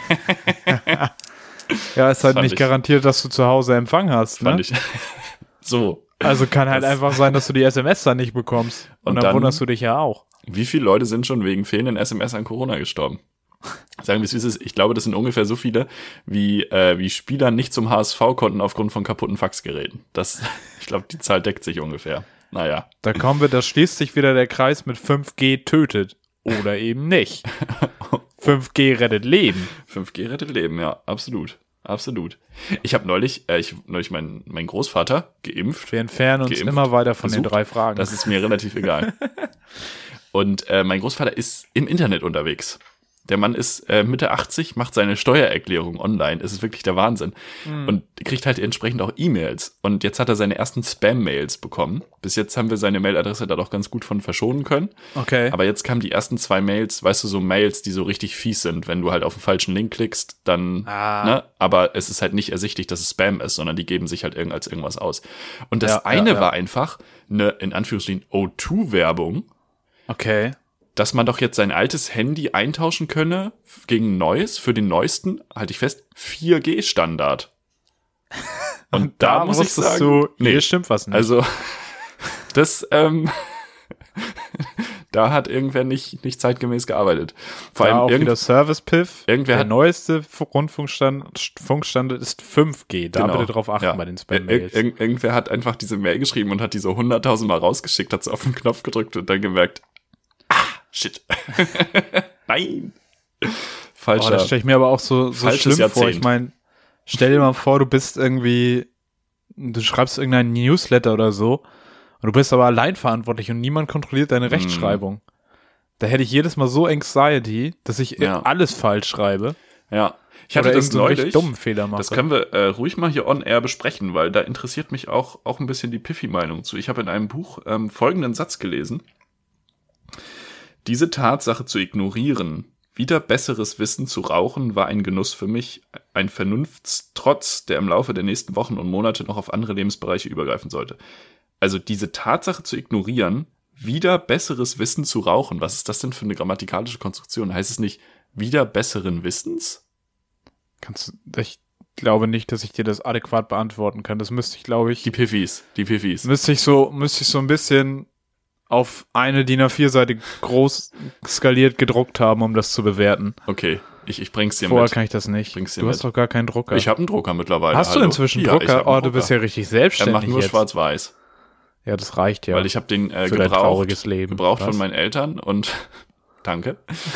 Ja, ist halt Fand nicht ich- garantiert, dass du zu Hause Empfang hast, ne? Fand ich. So. Also kann halt Das- einfach sein, dass du die SMS dann nicht bekommst. Und dann dann- wunderst du dich ja auch. Wie viele Leute sind schon wegen fehlenden SMS an Corona gestorben? Sagen wir es, wie es ist. Ich glaube, das sind ungefähr so viele, wie Spieler nicht zum HSV konnten aufgrund von kaputten Faxgeräten. Ich glaube, die Zahl deckt sich ungefähr. Naja. Da schließt sich wieder der Kreis mit 5G tötet. Oder eben nicht. 5G rettet Leben. 5G rettet Leben, ja, absolut. Absolut. Ich habe neulich meinen Großvater geimpft. Wir entfernen uns Geimpft, immer weiter von den besucht. 3 Fragen. Das ist mir relativ egal. Und mein Großvater ist im Internet unterwegs. Der Mann ist Mitte 80, macht seine Steuererklärung online. Es ist wirklich der Wahnsinn. Und kriegt halt entsprechend auch E-Mails. Und jetzt hat er seine ersten Spam-Mails bekommen. Bis jetzt haben wir seine Mailadresse da doch ganz gut von verschonen können. Okay. Aber jetzt kamen die ersten 2 Mails, weißt du, so Mails, die so richtig fies sind. Wenn du halt auf den falschen Link klickst, dann, ne? Aber es ist halt nicht ersichtlich, dass es Spam ist, sondern die geben sich halt als irgendwas aus. Und das eine war einfach eine, in Anführungsstrichen, O2-Werbung, Okay. dass man doch jetzt sein altes Handy eintauschen könne gegen ein neues, für den neuesten, halte ich fest, 4G-Standard. Und da muss ich wusstest sagen, du, nee, hier stimmt was nicht. also das, Da hat irgendwer nicht zeitgemäß gearbeitet. Vor allem auch wieder Service-Piff. Irgendwer der hat neueste Funkstand ist 5G. Da Genau. bitte drauf achten bei den Spam-Mails. Irgendwer hat einfach diese Mail geschrieben und hat die so 100.000 Mal rausgeschickt, hat so auf den Knopf gedrückt und dann gemerkt, shit. Nein. Falscher. Das stelle ich mir aber auch so schlimm Jahrzehnt. vor. Ich meine, stell dir mal vor, du schreibst irgendeinen Newsletter oder so und du bist aber allein verantwortlich und niemand kontrolliert deine Rechtschreibung. Da hätte ich jedes Mal so Anxiety, dass ich alles falsch schreibe. Ja. Ich hatte oder das neulich, richtig dummen Fehler mache. Das können wir ruhig mal hier on air besprechen, weil da interessiert mich auch ein bisschen die Piffy-Meinung zu. Ich habe in einem Buch folgenden Satz gelesen. Diese Tatsache zu ignorieren, wieder besseres Wissen zu rauchen, war ein Genuss für mich, ein Vernunftstrotz, der im Laufe der nächsten Wochen und Monate noch auf andere Lebensbereiche übergreifen sollte. Also diese Tatsache zu ignorieren, wieder besseres Wissen zu rauchen, was ist das denn für eine grammatikalische Konstruktion? Heißt es nicht wieder besseren Wissens? Ich glaube nicht, dass ich dir das adäquat beantworten kann. Das müsste ich, glaube ich... Die Piffys. Müsste ich so ein bisschen auf eine DIN A4-Seite groß skaliert gedruckt haben, um das zu bewerten. Okay, ich bring's dir Vorher mit. kann ich das nicht. Du hast doch gar keinen Drucker. Ich habe einen Drucker mittlerweile. Hast du inzwischen einen Drucker? Drucker. Du bist ja richtig selbstständig. Er macht nur jetzt. schwarz-weiß. Ja, das reicht ja. Weil ich habe den für dein trauriges Leben. gebraucht von meinen Eltern und danke.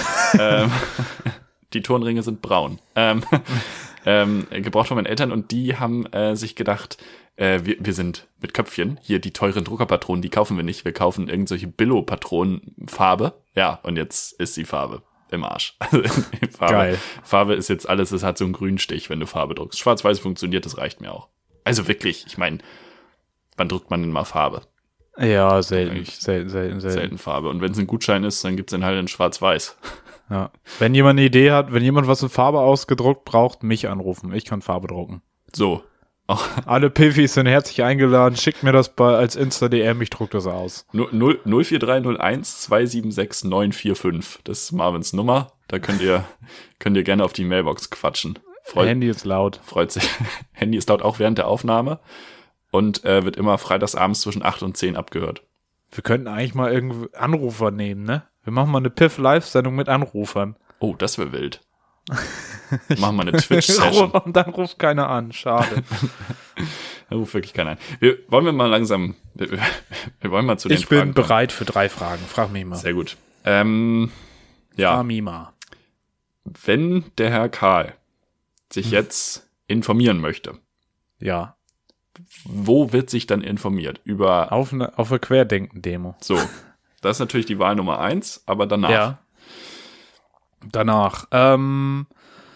Die Turnringe sind braun. Gebraucht von meinen Eltern und die haben sich gedacht, wir sind mit Köpfchen, hier die teuren Druckerpatronen, die kaufen wir nicht, wir kaufen irgendwelche Billo-Patronen-Farbe. Ja, und jetzt ist die Farbe im Arsch. Geil. Farbe ist jetzt alles, es hat so einen Grünstich, wenn du Farbe druckst. Schwarz-Weiß funktioniert, das reicht mir auch. Also wirklich, ich meine, wann druckt man denn mal Farbe? Ja, selten Farbe. Und wenn es ein Gutschein ist, dann gibt's den halt in Schwarz-Weiß. Ja. Wenn jemand eine Idee hat, wenn jemand was in Farbe ausgedruckt braucht, mich anrufen. Ich kann Farbe drucken. So. Alle Piffys sind herzlich eingeladen. Schickt mir das als Insta-DM, ich druck das aus. 04301 276 945. Das ist Marvins Nummer. Da könnt ihr gerne auf die Mailbox quatschen. Handy ist laut. Freut sich. Handy ist laut auch während der Aufnahme und wird immer freitagsabends zwischen 8 und 10 abgehört. Wir könnten eigentlich mal irgendwie Anrufer nehmen, ne? Wir machen mal eine Piff-Live-Sendung mit Anrufern. Oh, das wäre wild. Machen wir eine Twitch-Session. Und dann ruft keiner an, schade. Da ruft wirklich keiner an. Wir wollen mal langsam zu den Fragen Ich bin kommen. bereit für 3 Fragen. Frag mich mal. Sehr gut. Frag Ja, mich mal. wenn der Herr Karl sich jetzt informieren möchte, Ja. wo wird sich dann informiert? Über Auf eine Querdenken-Demo. so. Das ist natürlich die Wahl Nummer 1, aber danach. Ja. Danach. An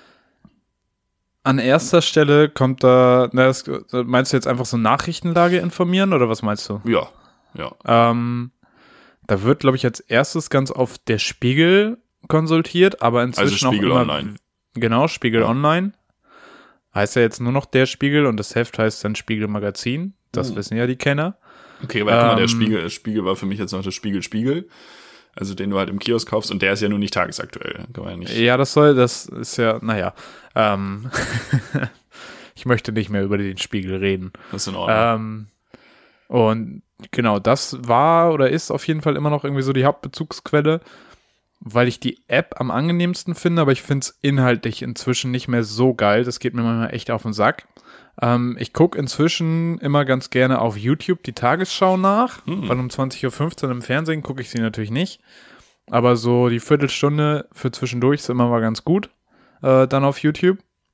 erster Stelle kommt da, meinst du jetzt einfach so Nachrichtenlage informieren oder was meinst du? Ja. Da wird, glaube ich, als erstes ganz auf der Spiegel konsultiert, aber inzwischen Also Spiegel auch immer, Online. Genau, Spiegel Online. Heißt ja jetzt nur noch der Spiegel und das Heft heißt dann Spiegel Magazin. Das wissen ja die Kenner. Okay, aber guck mal, der Spiegel war für mich jetzt noch der Spiegel. Also den du halt im Kiosk kaufst und der ist ja nun nicht tagesaktuell. Kann man ja nicht. Ja, das ist ja, naja. Ich möchte nicht mehr über den Spiegel reden. Das ist in Ordnung. Und genau, das war oder ist auf jeden Fall immer noch irgendwie so die Hauptbezugsquelle, weil ich die App am angenehmsten finde, aber ich finde es inhaltlich inzwischen nicht mehr so geil. Das geht mir manchmal echt auf den Sack. Ich gucke inzwischen immer ganz gerne auf YouTube die Tagesschau nach, weil um 20.15 Uhr im Fernsehen gucke ich sie natürlich nicht. Aber so die Viertelstunde für zwischendurch ist immer mal ganz gut, dann auf YouTube.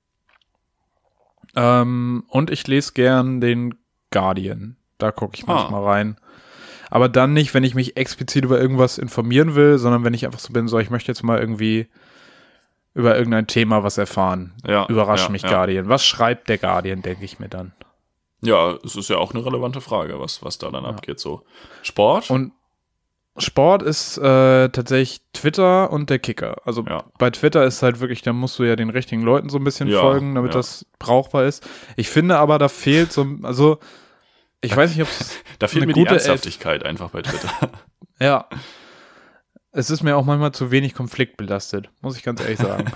Und ich lese gern den Guardian. Da gucke ich manchmal rein. Aber dann nicht, wenn ich mich explizit über irgendwas informieren will, sondern wenn ich einfach so bin, ich möchte jetzt mal irgendwie über irgendein Thema was erfahren. Ja, Überrascht mich Guardian. Was schreibt der Guardian, denke ich mir dann. Ja, es ist ja auch eine relevante Frage, was da dann abgeht. So Sport? Und Sport ist tatsächlich Twitter und der Kicker. Also bei Twitter ist halt wirklich, da musst du ja den richtigen Leuten so ein bisschen folgen, damit das brauchbar ist. Ich finde aber, da fehlt so, also ich weiß nicht, ob es da fehlt mir die Ernsthaftigkeit einfach bei Twitter. Ja. Es ist mir auch manchmal zu wenig konfliktbelastet, muss ich ganz ehrlich sagen.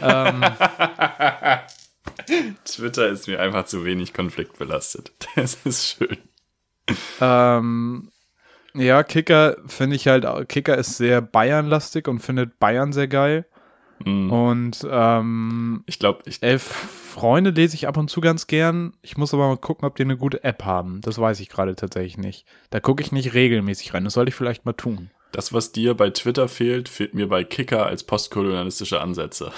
Twitter ist mir einfach zu wenig konfliktbelastet. Das ist schön. Ja, Kicker finde ich halt, Kicker ist sehr Bayern-lastig und findet Bayern sehr geil. Und Ich glaube, 11 Freunde lese ich ab und zu ganz gern. Ich muss aber mal gucken, ob die eine gute App haben. Das weiß ich gerade tatsächlich nicht. Da gucke ich nicht regelmäßig rein. Das sollte ich vielleicht mal tun. das, was dir bei Twitter fehlt mir bei Kicker als postkolonialistische Ansätze.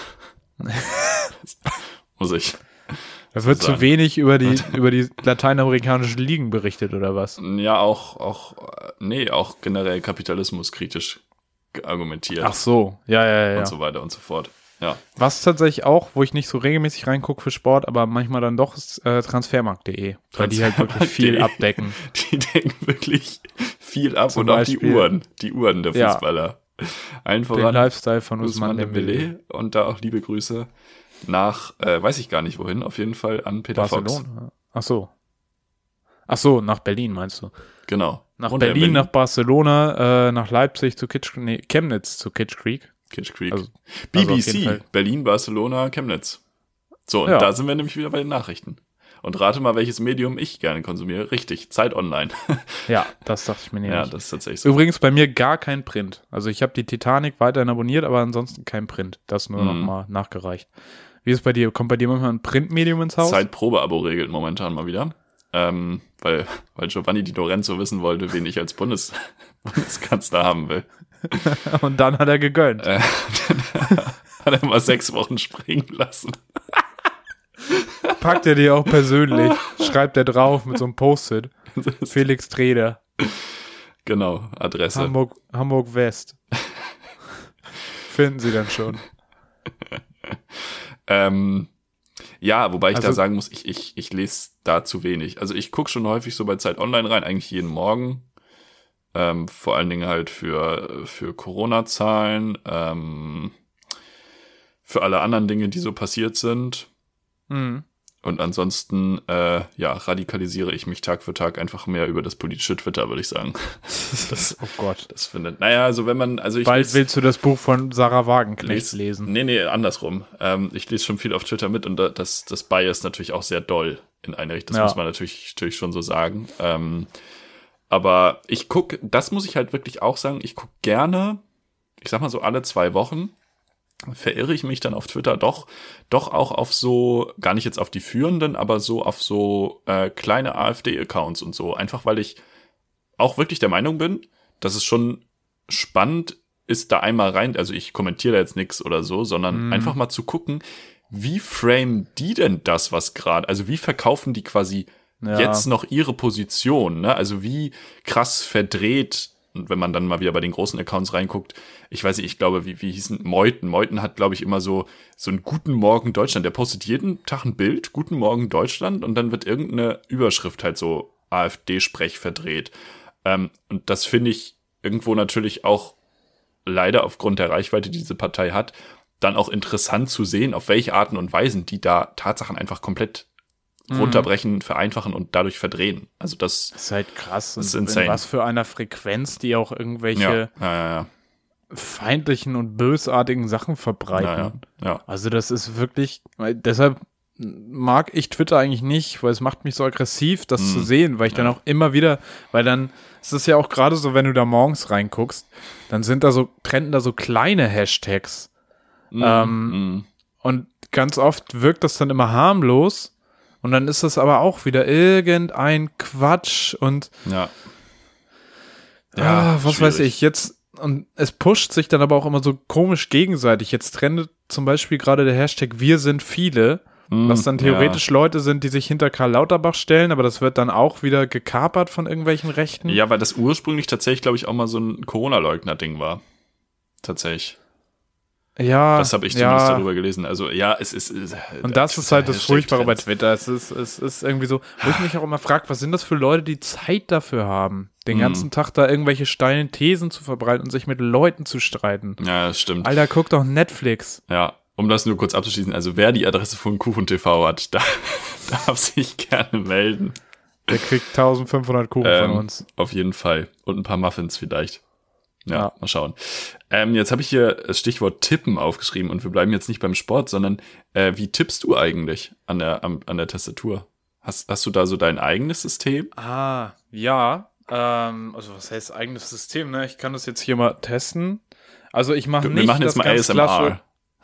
Muss ich. Da wird sagen. zu wenig über die lateinamerikanischen Ligen berichtet, oder was? Ja, auch generell kapitalismuskritisch argumentiert. Ach so, ja. Und so weiter und so fort. Ja. Was tatsächlich auch, wo ich nicht so regelmäßig reingucke für Sport, aber manchmal dann doch, ist transfermarkt.de, weil die halt wirklich viel abdecken. Die decken wirklich viel ab Zum und auch Beispiel, die Uhren der ja. Fußballer. Allen Den voran Lifestyle von Ousmane Ousmane Dembélé. und da auch liebe Grüße nach, weiß ich gar nicht wohin, auf jeden Fall an Peter Fox. Barcelona. Ach so, nach Berlin meinst du? Genau. Nach Und Berlin, nach Barcelona, nach Leipzig zu Chemnitz zu Kitsch Creek. Kitsch Creek. Also auf jeden BBC, Fall. Berlin, Barcelona, Chemnitz. So, und Ja. da sind wir nämlich wieder bei den Nachrichten. Und rate mal, welches Medium ich gerne konsumiere. Richtig, Zeit Online. Ja, das dachte ich mir nämlich. Ja, das ist tatsächlich so. Übrigens bei mir gar kein Print. Also ich habe die Titanic weiterhin abonniert, aber ansonsten kein Print. Das nur noch mal nachgereicht. Wie ist es bei dir? Kommt bei dir manchmal ein Printmedium ins Haus? Zeitprobe-Abo regelt momentan mal wieder. Weil Giovanni Di Lorenzo wissen wollte, wen ich als Bundeskanzler haben will. Und dann hat er gegönnt. Dann hat er mal 6 Wochen springen lassen. Packt er dir auch persönlich. Schreibt er drauf mit so einem Post-it. Felix Treder. Genau, Adresse. Hamburg West. Finden Sie dann schon. Ja, wobei ich da Also- sagen muss, ich lese da zu wenig. Also ich gucke schon häufig so bei Zeit Online rein, eigentlich jeden Morgen. Vor allen Dingen halt für Corona-Zahlen, für alle anderen Dinge, die so passiert sind. Mhm. Und ansonsten, radikalisiere ich mich Tag für Tag einfach mehr über das politische Twitter, würde ich sagen. Oh Gott. Das findet, naja, also wenn man, also ich Bald lese- willst du das Buch von Sarah Wagenknecht lesen. Nee, andersrum. Ich lese schon viel auf Twitter mit und das Bias natürlich auch sehr doll in eine Richtung. Das Ja. muss man natürlich schon so sagen. Aber ich gucke, das muss ich halt wirklich auch sagen, ich gucke gerne, ich sag mal so alle 2 Wochen, verirre ich mich dann auf Twitter doch auch auf so, gar nicht jetzt auf die führenden, aber so auf so kleine AfD-Accounts und so. Einfach weil ich auch wirklich der Meinung bin, dass es schon spannend ist, da einmal rein, also ich kommentiere da jetzt nichts oder so, sondern einfach mal zu gucken, wie framen die denn das, was gerade, also wie verkaufen die quasi jetzt noch ihre Position, ne? Also wie krass verdreht, und wenn man dann mal wieder bei den großen Accounts reinguckt, ich weiß nicht, ich glaube, wie hießen Meuthen? Meuthen hat, glaube ich, immer so einen Guten Morgen Deutschland. Der postet jeden Tag ein Bild, Guten Morgen Deutschland, und dann wird irgendeine Überschrift halt so AfD-Sprech verdreht. Und das finde ich irgendwo natürlich auch leider aufgrund der Reichweite, die diese Partei hat, dann auch interessant zu sehen, auf welche Arten und Weisen die da Tatsachen einfach komplett runterbrechen, vereinfachen und dadurch verdrehen. Also das Das ist halt krass. Das ist Und in insane. was für einer Frequenz die auch irgendwelche ja. feindlichen und bösartigen Sachen verbreiten. Ja. Also das ist wirklich, deshalb mag ich Twitter eigentlich nicht, weil es macht mich so aggressiv, das zu sehen, weil ich dann auch immer wieder, weil dann ist es ja auch gerade so, wenn du da morgens reinguckst, dann trenden da so kleine Hashtags. Und ganz oft wirkt das dann immer harmlos und dann ist das aber auch wieder irgendein Quatsch und was weiß ich, jetzt, und es pusht sich dann aber auch immer so komisch gegenseitig. Jetzt trendet zum Beispiel gerade der Hashtag Wir sind viele, was dann theoretisch Leute sind, die sich hinter Karl Lauterbach stellen, aber das wird dann auch wieder gekapert von irgendwelchen Rechten. Ja, weil das ursprünglich tatsächlich, glaube ich, auch mal so ein Corona-Leugner-Ding war. Tatsächlich. Ja, Das habe ich zumindest darüber gelesen. Also ja, es ist... Und das ist halt das Hashtag Furchtbare bei Trends. Twitter. Es ist irgendwie so, wo ich mich auch immer frage, was sind das für Leute, die Zeit dafür haben, den ganzen Tag da irgendwelche steilen Thesen zu verbreiten und sich mit Leuten zu streiten. Ja, das stimmt. Alter, guck doch Netflix. Ja, um das nur kurz abzuschließen, also wer die Adresse von KuchenTV hat, darf sich gerne melden. Der kriegt 1500 Kuchen von uns. Auf jeden Fall. Und ein paar Muffins vielleicht. Ja, Ja. mal schauen. Jetzt habe ich hier das Stichwort Tippen aufgeschrieben und wir bleiben jetzt nicht beim Sport, sondern wie tippst du eigentlich an der Tastatur? Hast du da so dein eigenes System? Ja. Also was heißt eigenes System, ne? Ich kann das jetzt hier mal testen. Also ich mache Wir nicht machen jetzt das mal ganz ASMR.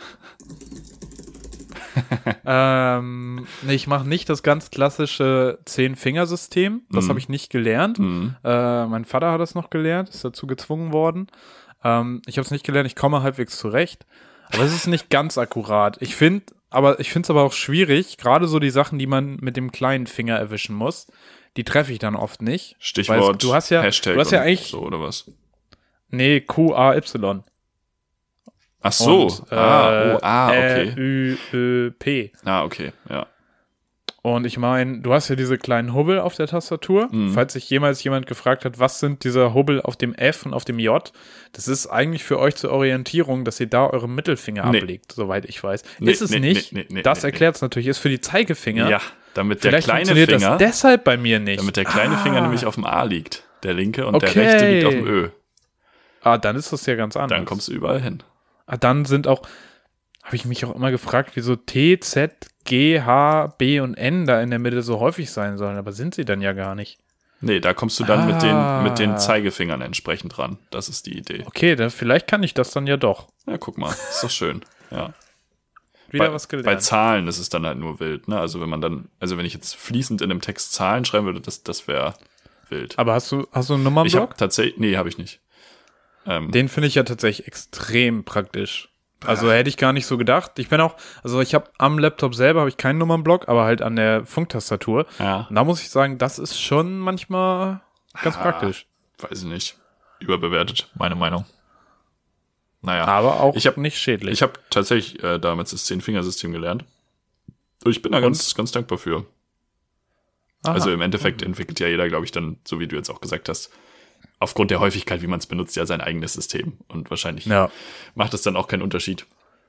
Nee, ich mache nicht das ganz klassische 10-Finger-System. Das habe ich nicht gelernt. Mein Vater hat das noch gelernt, ist dazu gezwungen worden. Ich habe es nicht gelernt, ich komme halbwegs zurecht. Aber es ist nicht ganz akkurat. Ich finde es aber auch schwierig, gerade so die Sachen, die man mit dem kleinen Finger erwischen muss, die treffe ich dann oft nicht. Stichwort du hast ja, Hashtag du hast ja und eigentlich, so, oder was? nee, QAY. Ach so. Und, okay. RÜP. Ah, okay, ja. Und ich meine, du hast ja diese kleinen Hubbel auf der Tastatur. Falls sich jemals jemand gefragt hat, was sind diese Hubbel auf dem F und auf dem J, das ist eigentlich für euch zur Orientierung, dass ihr da euren Mittelfinger ablegt, soweit ich weiß. Ist es nicht? Das erklärt es natürlich. Ist für die Zeigefinger. Ja, damit der Vielleicht kleine funktioniert Finger, das deshalb bei mir nicht. damit der kleine Finger nämlich auf dem A liegt, der linke, und der rechte liegt auf dem Ö. Dann ist das ja ganz anders. Dann kommst du überall hin. Dann sind auch, habe ich mich auch immer gefragt, wieso T, Z, G, H, B und N da in der Mitte so häufig sein sollen, aber sind sie dann ja gar nicht. Nee, da kommst du dann mit den Zeigefingern entsprechend ran. Das ist die Idee. Okay, vielleicht kann ich das dann ja doch. Ja, guck mal, ist doch schön. Ja. Wieder was gelernt. Bei Zahlen ist es dann halt nur wild, ne? Also wenn ich jetzt fließend in einem Text Zahlen schreiben würde, das wäre wild. Aber hast du einen Nummernblock? Ich habe tatsächlich, nee, habe ich nicht. Den finde ich ja tatsächlich extrem praktisch. Also hätte ich gar nicht so gedacht. Ich habe am Laptop selber habe ich keinen Nummernblock, aber halt an der Funktastatur. Ja. Und da muss ich sagen, das ist schon manchmal ganz praktisch. Weiß ich nicht. Überbewertet, meine Meinung. Naja. Aber auch nicht schädlich. Ich habe tatsächlich damals das 10-Finger-System gelernt. Und ich bin da ganz dankbar für. Aha. Also im Endeffekt entwickelt ja jeder, glaube ich, dann, so wie du jetzt auch gesagt hast, aufgrund der Häufigkeit, wie man es benutzt, ja sein eigenes System. Und wahrscheinlich macht es dann auch keinen Unterschied.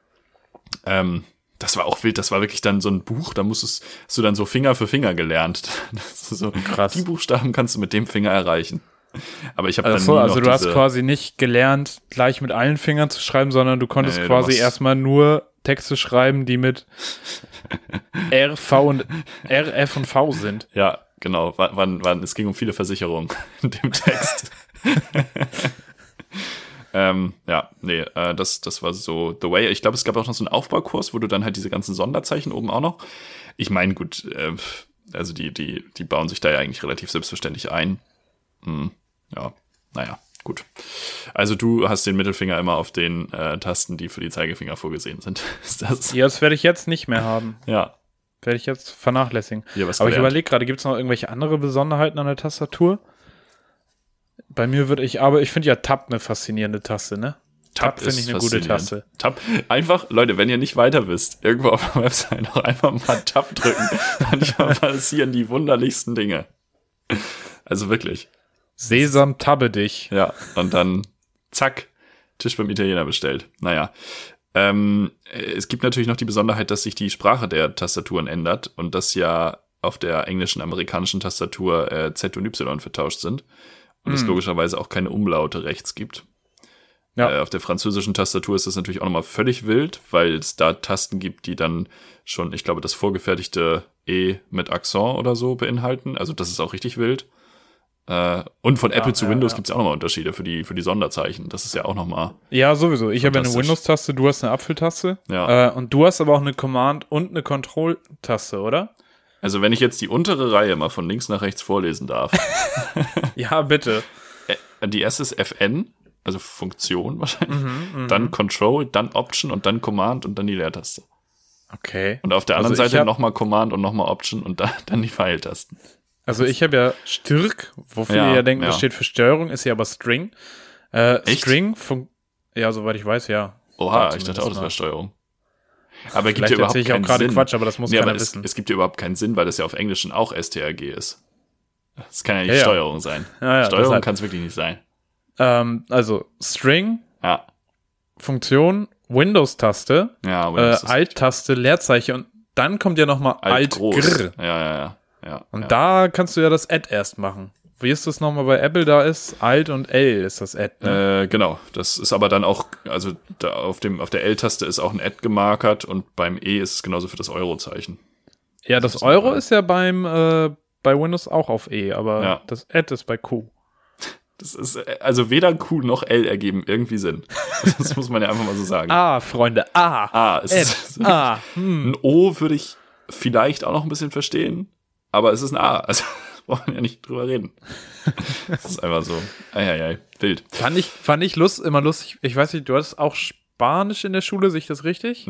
Das war auch wild, das war wirklich dann so ein Buch, da hast du dann so Finger für Finger gelernt. Das ist so, krass. Die Buchstaben kannst du mit dem Finger erreichen. Aber ich habe dann also du hast quasi nicht gelernt, gleich mit allen Fingern zu schreiben, sondern du konntest quasi erstmal nur Texte schreiben, die mit R, F und V sind. Ja, genau. Es ging um viele Versicherungen in dem Text. Das war so the way. Ich glaube, es gab auch noch so einen Aufbaukurs, wo du dann halt diese ganzen Sonderzeichen oben auch noch. Ich meine, gut, also die bauen sich da ja eigentlich relativ selbstverständlich ein. Ja, naja, gut. Also du hast den Mittelfinger immer auf den Tasten, die für die Zeigefinger vorgesehen sind. Ist das? Ja, das werde ich jetzt nicht mehr haben. Ja. Werde ich jetzt vernachlässigen. Ja, aber ich überlege gerade, gibt es noch irgendwelche andere Besonderheiten an der Tastatur? Bei mir ich finde ja Tab eine faszinierende Taste, ne? Tab finde ich eine gute Taste. Tab, einfach, Leute, wenn ihr nicht weiter wisst, irgendwo auf der Website auch einfach mal Tab drücken. Manchmal passieren die wunderlichsten Dinge. Also wirklich. Sesam, tabbe dich. Ja, und dann zack, Tisch beim Italiener bestellt. Naja. Es gibt natürlich noch die Besonderheit, dass sich die Sprache der Tastaturen ändert und dass ja auf der englischen, amerikanischen Tastatur Z und Y vertauscht sind und es logischerweise auch keine Umlaute rechts gibt. Ja. Auf der französischen Tastatur ist das natürlich auch nochmal völlig wild, weil es da Tasten gibt, die dann schon, ich glaube, das vorgefertigte E mit Akzent oder so beinhalten. Also das ist auch richtig wild. Und von Apple zu Windows gibt es auch nochmal Unterschiede für die Sonderzeichen. Das ist ja auch nochmal. Ja, sowieso. Ich habe ja eine Windows-Taste, du hast eine Apfeltaste. Ja. Und du hast aber auch eine Command- und eine Control-Taste, oder? Also wenn ich jetzt die untere Reihe mal von links nach rechts vorlesen darf. Ja, bitte. Die erste ist FN, also Funktion wahrscheinlich. Dann Control, dann Option und dann Command und dann die Leertaste. Okay. Und auf der anderen Seite nochmal Command und nochmal Option und dann die Pfeiltasten. Also ich habe ja Stirk, wofür ihr ja denkt, das steht für Steuerung, ist ja aber String. String, soweit ich weiß, ja. Oha, ich dachte auch, das wäre Steuerung. Aber es gibt ja überhaupt keinen Sinn. Quatsch, aber das muss keiner wissen. Es gibt ja überhaupt keinen Sinn, weil das ja auf Englischen auch STRG ist. Das kann ja nicht Steuerung sein. Ja, Steuerung kann es wirklich nicht sein. Also String, Funktion, Windows-Taste, Alt-Taste, Leerzeichen und dann kommt ja nochmal Alt-Gr. Ja. Und da kannst du ja das Add erst machen. Wie ist das nochmal bei Apple? Da ist Alt und L ist das Add. Ne? Genau. Das ist aber dann auch, also da auf der L-Taste ist auch ein Add gemarkert und beim E ist es genauso für das Euro-Zeichen. Ja, das Euro ist ja bei Windows auch auf E, aber das Add ist bei Q. Das ist, also weder Q noch L ergeben irgendwie Sinn. Das muss man ja einfach mal so sagen. Freunde, Es ist ein O würde ich vielleicht auch noch ein bisschen verstehen, aber es ist ein A. Also braucht man ja nicht drüber reden. Das ist einfach so. Wild. Fand ich immer lustig. Ich weiß nicht, du hattest auch Spanisch in der Schule, sehe ich das richtig?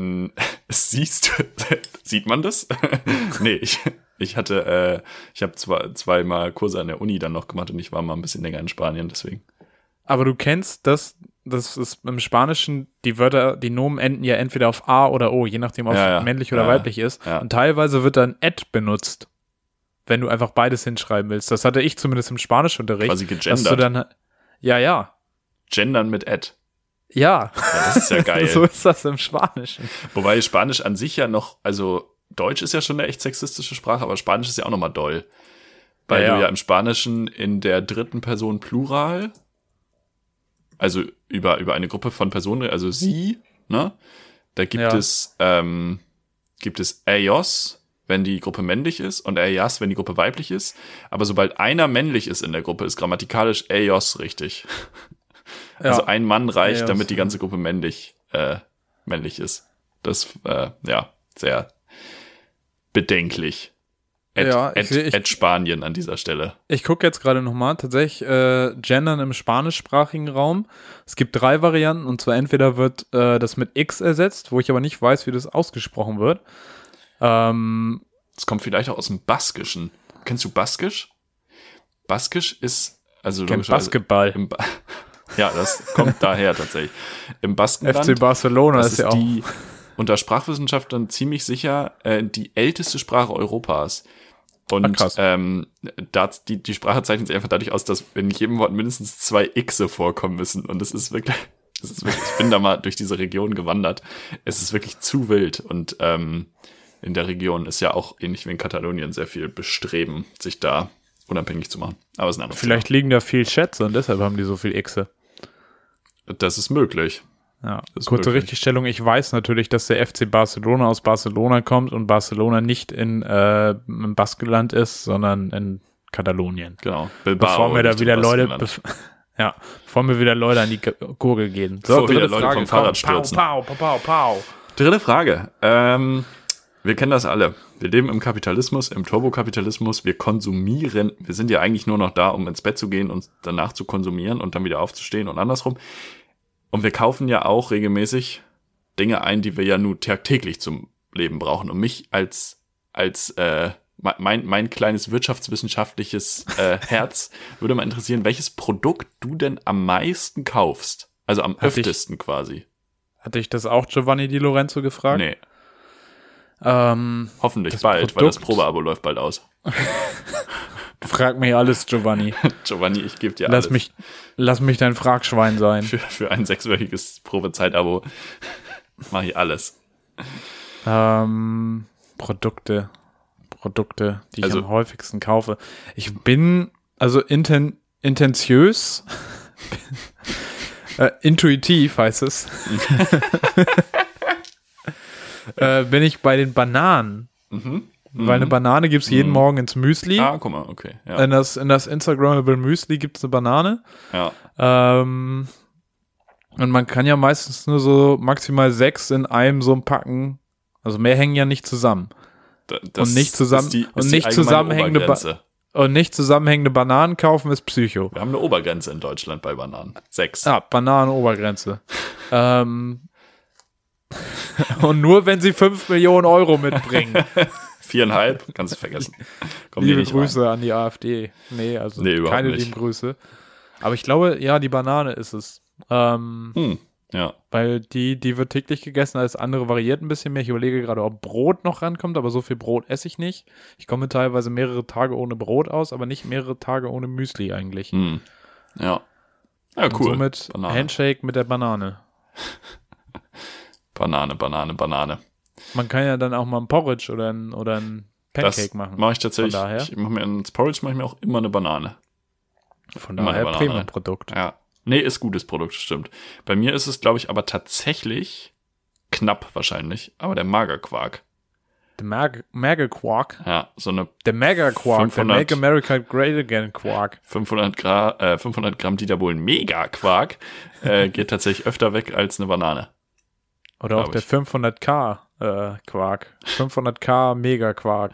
Sieht man das? Nee, ich habe zweimal Kurse an der Uni dann noch gemacht und ich war mal ein bisschen länger in Spanien, deswegen. Aber du kennst das ist im Spanischen, die Wörter, die Nomen enden ja entweder auf A oder O, je nachdem, ob es männlich oder weiblich ist. Ja. Und teilweise wird dann et benutzt, wenn du einfach beides hinschreiben willst. Das hatte ich zumindest im Spanischunterricht. Quasi gegendert. Dass du dann, ja. Gendern mit et. Ja. Das ist ja geil. So ist das im Spanischen. Wobei Spanisch an sich ja noch, also Deutsch ist ja schon eine echt sexistische Sprache, aber Spanisch ist ja auch nochmal doll. Weil du ja im Spanischen in der dritten Person Plural, also über eine Gruppe von Personen, also sie, ne? Da gibt es ellos, wenn die Gruppe männlich ist, und ellas, wenn die Gruppe weiblich ist. Aber sobald einer männlich ist in der Gruppe, ist grammatikalisch ellos richtig. Also ein Mann reicht, damit die ganze Gruppe männlich ist. Das, sehr bedenklich. Spanien an dieser Stelle. Ich gucke jetzt gerade nochmal, tatsächlich Gendern im spanischsprachigen Raum. Es gibt 3 Varianten, und zwar entweder wird das mit X ersetzt, wo ich aber nicht weiß, wie das ausgesprochen wird. Das kommt vielleicht auch aus dem Baskischen. Kennst du Baskisch? Baskisch ist, also Basketball. Ja, das kommt daher tatsächlich. Im Baskenland. FC Barcelona das ist ja auch. Die, unter Sprachwissenschaftlern ziemlich sicher die älteste Sprache Europas. Und die Sprache zeichnet sich einfach dadurch aus, dass in jedem Wort mindestens 2 Xe vorkommen müssen. Und das ist wirklich, ich bin da mal durch diese Region gewandert. Es ist wirklich zu wild. Und in der Region ist ja auch ähnlich wie in Katalonien sehr viel Bestreben, sich da unabhängig zu machen. Aber es ist ein anderes Vielleicht Thema. liegen da viel Schätze und deshalb haben die so viel Xe. Das ist möglich. Ja, kurze Richtigstellung. Ich weiß natürlich, dass der FC Barcelona aus Barcelona kommt und Barcelona nicht im Baskenland ist, sondern in Katalonien. Genau. Bevor mir wieder Leute an die Gurgel gehen. So, wieder Leute Frage, vom Fahrrad stürzen. Pau. Dritte Frage. Wir kennen das alle. Wir leben im Kapitalismus, im Turbokapitalismus. Wir konsumieren. Wir sind ja eigentlich nur noch da, um ins Bett zu gehen und danach zu konsumieren und dann wieder aufzustehen und andersrum. Und wir kaufen ja auch regelmäßig Dinge ein, die wir ja nur tagtäglich zum Leben brauchen. Und mich als mein kleines wirtschaftswissenschaftliches Herz würde mal interessieren, welches Produkt du denn am meisten kaufst. Also am öftesten quasi. Hatte ich das auch Giovanni Di Lorenzo gefragt? Nee. Hoffentlich bald, weil das Probeabo läuft bald aus. Frag mich alles, Giovanni. Giovanni, ich gebe dir alles. Lass mich dein Fragschwein sein. Für ein 6-wöchiges Probezeitabo mache ich alles. Produkte, die ich am häufigsten kaufe. Ich bin also intentiös, intuitiv heißt es, bin ich bei den Bananen. Weil eine Banane gibt es jeden Morgen ins Müsli. Ah, guck mal, okay. Ja. In das Instagrammable Müsli gibt es eine Banane. Ja. Und man kann ja meistens nur so maximal 6 in einem so packen. Also mehr hängen ja nicht zusammen. Und nicht zusammenhängende Bananen kaufen ist Psycho. Wir haben eine Obergrenze in Deutschland bei Bananen. 6. Bananenobergrenze. Und nur wenn sie 5 Millionen Euro mitbringen. 4,5, kannst du vergessen. Liebe Grüße an die AfD. Nee, keine lieben Grüße. Aber ich glaube, ja, die Banane ist es. Ja. Weil die wird täglich gegessen, alles andere variiert ein bisschen mehr. Ich überlege gerade, ob Brot noch rankommt, aber so viel Brot esse ich nicht. Ich komme teilweise mehrere Tage ohne Brot aus, aber nicht mehrere Tage ohne Müsli eigentlich. Ja. Ja, cool. Und somit Banane. Handshake mit der Banane. Banane. Man kann ja dann auch mal ein Porridge oder ein Pancake machen. Das mache ich tatsächlich. Ins Porridge mache ich mir auch immer eine Banane. Von daher Premium-Produkt. Ja. Nee, ist gutes Produkt, stimmt. Bei mir ist es, glaube ich, aber tatsächlich knapp wahrscheinlich, aber der Magerquark. Mega Quark. Ja, so eine Der Mega Quark. 500 Der Make America Great Again Quark. 500 Gramm Dieter Bohlen Mega-Quark geht tatsächlich öfter weg als eine Banane. Oder auch der 500k Quark. 500k Mega Quark.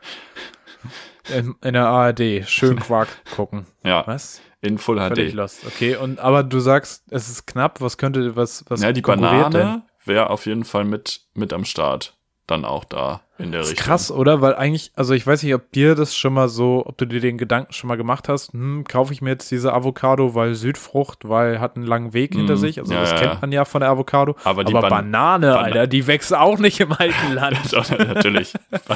In der ARD. Schön Quark gucken. Ja. Was? In Full Völlig HD. lost. Okay, aber du sagst, es ist knapp. Was Ja, die konkurriert Banane wäre auf jeden Fall mit am Start. Dann auch da in der Das ist Richtung. krass, oder? Weil eigentlich, also ich weiß nicht, ob du dir den Gedanken schon mal gemacht hast, kaufe ich mir jetzt diese Avocado, weil Südfrucht, weil hat einen langen Weg hinter sich. Also ja, das kennt man ja von der Avocado. Aber die Banane, Alter, die wächst auch nicht im alten Land. Doch, natürlich.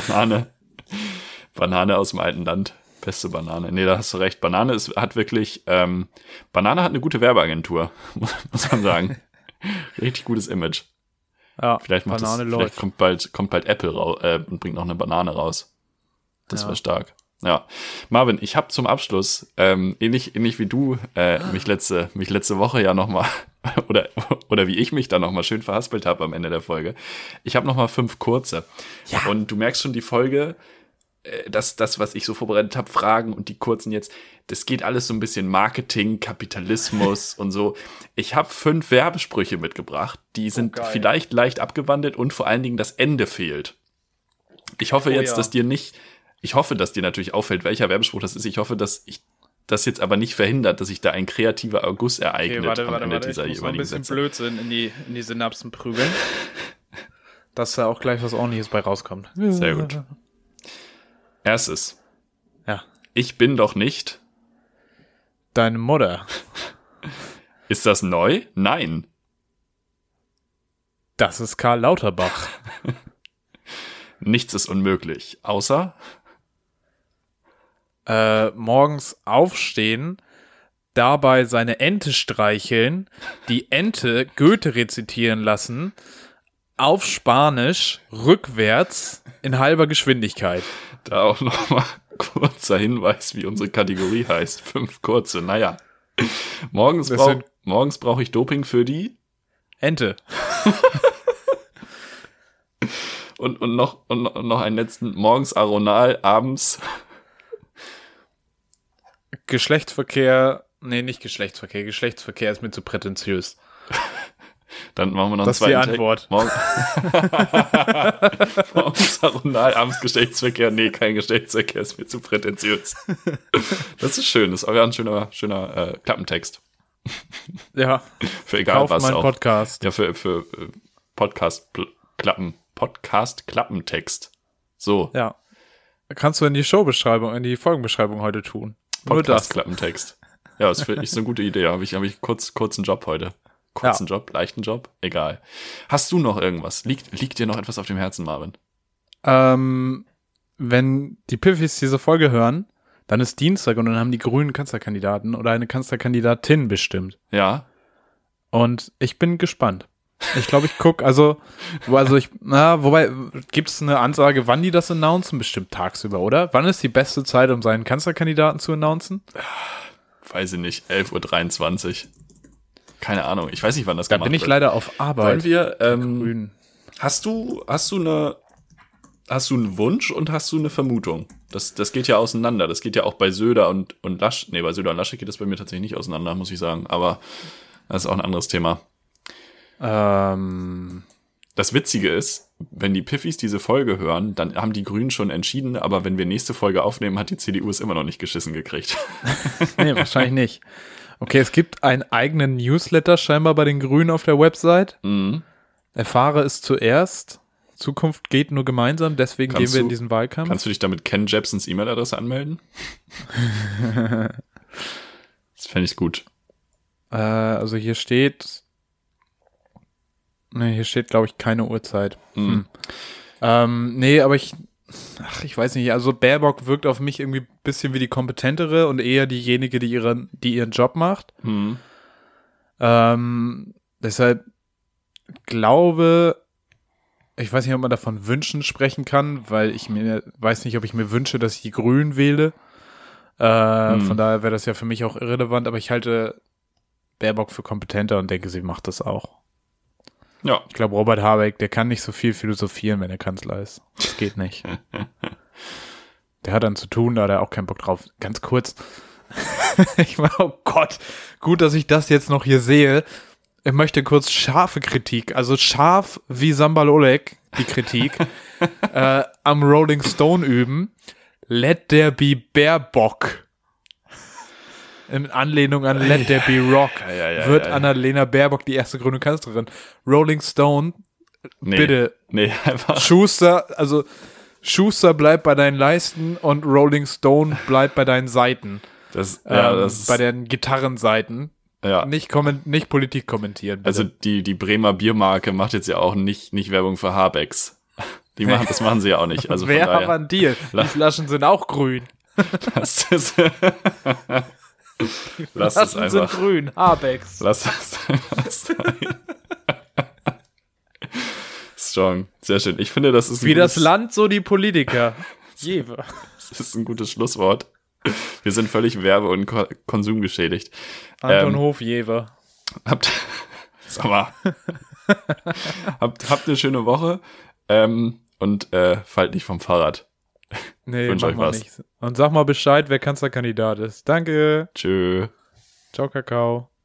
Banane aus dem alten Land. Beste Banane. Nee, da hast du recht. Banane hat wirklich, Banane hat eine gute Werbeagentur, muss man sagen. Richtig gutes Image. Ja, Vielleicht kommt bald Apple und bringt noch eine Banane raus. Das wäre stark. Ja. Marvin, ich habe zum Abschluss, ähnlich wie du mich letzte Woche ja nochmal, oder wie ich mich da nochmal schön verhaspelt habe am Ende der Folge. Ich habe nochmal 5 kurze. Ja. Und du merkst schon, die Folge, das, was ich so vorbereitet habe, Fragen und die kurzen jetzt, das geht alles so ein bisschen Marketing, Kapitalismus und so. Ich habe 5 Werbesprüche mitgebracht, die sind vielleicht leicht abgewandelt und vor allen Dingen das Ende fehlt. Ich hoffe dass dir natürlich auffällt, welcher Werbespruch das ist. Ich hoffe, dass ich das jetzt aber nicht verhindert, dass sich da ein kreativer Erguss ereignet am Ende dieser jeweiligen Sätze. Ich muss noch ein bisschen Blödsinn in die Synapsen prügeln, dass da auch gleich was Ordentliches bei rauskommt. Sehr gut. Erstes. Ja. Ich bin doch nicht deine Mutter. Ist das neu? Nein. Das ist Karl Lauterbach. Nichts ist unmöglich, außer morgens aufstehen, dabei seine Ente streicheln, die Ente Goethe rezitieren lassen, auf Spanisch, rückwärts, in halber Geschwindigkeit. Da auch nochmal kurzer Hinweis, wie unsere Kategorie heißt. 5 kurze, naja. Morgens brauche ich Doping für die Ente. und noch einen letzten. Morgens Aronal, abends Geschlechtsverkehr. Nee, nicht Geschlechtsverkehr. Geschlechtsverkehr ist mir zu prätentiös. Dann machen wir noch einen zweiten Tag. Das ist die Antwort. Morgens Aronal, abends Geschlechtsverkehr. Nee, kein Geschlechtsverkehr, ist mir zu prätentiös. Das ist schön, das ist auch ein schöner Klappentext. Ja. Für egal was auch. Podcast. Ja, für Podcast-Klappentext. So. Ja. Kannst du in die Showbeschreibung, in die Folgenbeschreibung heute tun. Podcast-Klappentext. Ja, das finde ich so eine gute Idee. Habe ich kurzen Job heute. Job, leichten Job, egal. Hast du noch irgendwas? Liegt dir noch etwas auf dem Herzen, Marvin? Wenn die Piffis diese Folge hören, dann ist Dienstag und dann haben die Grünen Kanzlerkandidaten oder eine Kanzlerkandidatin bestimmt. Ja. Und ich bin gespannt. Ich glaube, ich gucke, wobei, gibt es eine Ansage, wann die das announcen? Bestimmt tagsüber, oder? Wann ist die beste Zeit, um seinen Kanzlerkandidaten zu announcen? Weiß ich nicht, 11:23 Uhr. Keine Ahnung, ich weiß nicht, wann das gemacht wird. Da bin ich leider auf Arbeit. Wollen wir, hast du einen Wunsch und hast du eine Vermutung? Das geht ja auseinander. Das geht ja auch bei Söder und Laschet. Nee, bei Söder und Laschet geht das bei mir tatsächlich nicht auseinander, muss ich sagen. Aber das ist auch ein anderes Thema. Das Witzige ist, wenn die Piffis diese Folge hören, dann haben die Grünen schon entschieden, aber wenn wir nächste Folge aufnehmen, hat die CDU es immer noch nicht geschissen gekriegt. Nee, wahrscheinlich nicht. Okay, es gibt einen eigenen Newsletter scheinbar bei den Grünen auf der Website. Mhm. Erfahre es zuerst. Zukunft geht nur gemeinsam, deswegen gehen wir in diesen Wahlkampf. Kannst du dich damit Ken Jebsens E-Mail-Adresse anmelden? Das fände ich gut. Also hier steht, glaube ich, keine Uhrzeit. Mhm. Nee, aber ich weiß nicht, also Baerbock wirkt auf mich irgendwie ein bisschen wie die kompetentere und eher diejenige, die ihren Job macht. Mhm. Deshalb glaube, ich weiß nicht, ob man davon Wünschen sprechen kann, weil ich weiß nicht, ob ich mir wünsche, dass ich die Grünen wähle. Von daher wäre das ja für mich auch irrelevant, aber ich halte Baerbock für kompetenter und denke, sie macht das auch. Ja. Ich glaube, Robert Habeck, der kann nicht so viel philosophieren, wenn er Kanzler ist. Das geht nicht. Der hat dann zu tun, da hat er auch keinen Bock drauf. Ganz kurz. Ich meine, oh Gott, gut, dass ich das jetzt noch hier sehe. Ich möchte kurz scharfe Kritik, also scharf wie Sambal Oleg, die Kritik, am Rolling Stone üben. Let there be Baerbock. In Anlehnung an Let there be Rock wird Annalena Baerbock die erste grüne Kanzlerin. Rolling Stone, bitte. Nee, einfach. Schuster bleibt bei deinen Leisten und Rolling Stone bleibt bei deinen Seiten. Das ist bei den Gitarrenseiten. Ja. Nicht Politik kommentieren. Bitte. Also die Bremer Biermarke macht jetzt ja auch nicht Werbung für Habecks. Das machen sie ja auch nicht. Also wer hat ein Deal? Die Flaschen sind auch grün. Lass es einfach. Sind grün, Habecks. Lass es einfach sein. Strong, sehr schön. Ich finde, das ist wie das Land, so die Politiker. Jewe. Das ist ein gutes Schlusswort. Wir sind völlig werbe- und konsumgeschädigt. Anton Hofjewe. Habt eine schöne Woche und fallt nicht vom Fahrrad. Nee, wünsche euch was. Nicht. Und sag mal Bescheid, wer Kanzlerkandidat ist. Danke. Tschö. Ciao, Kakao.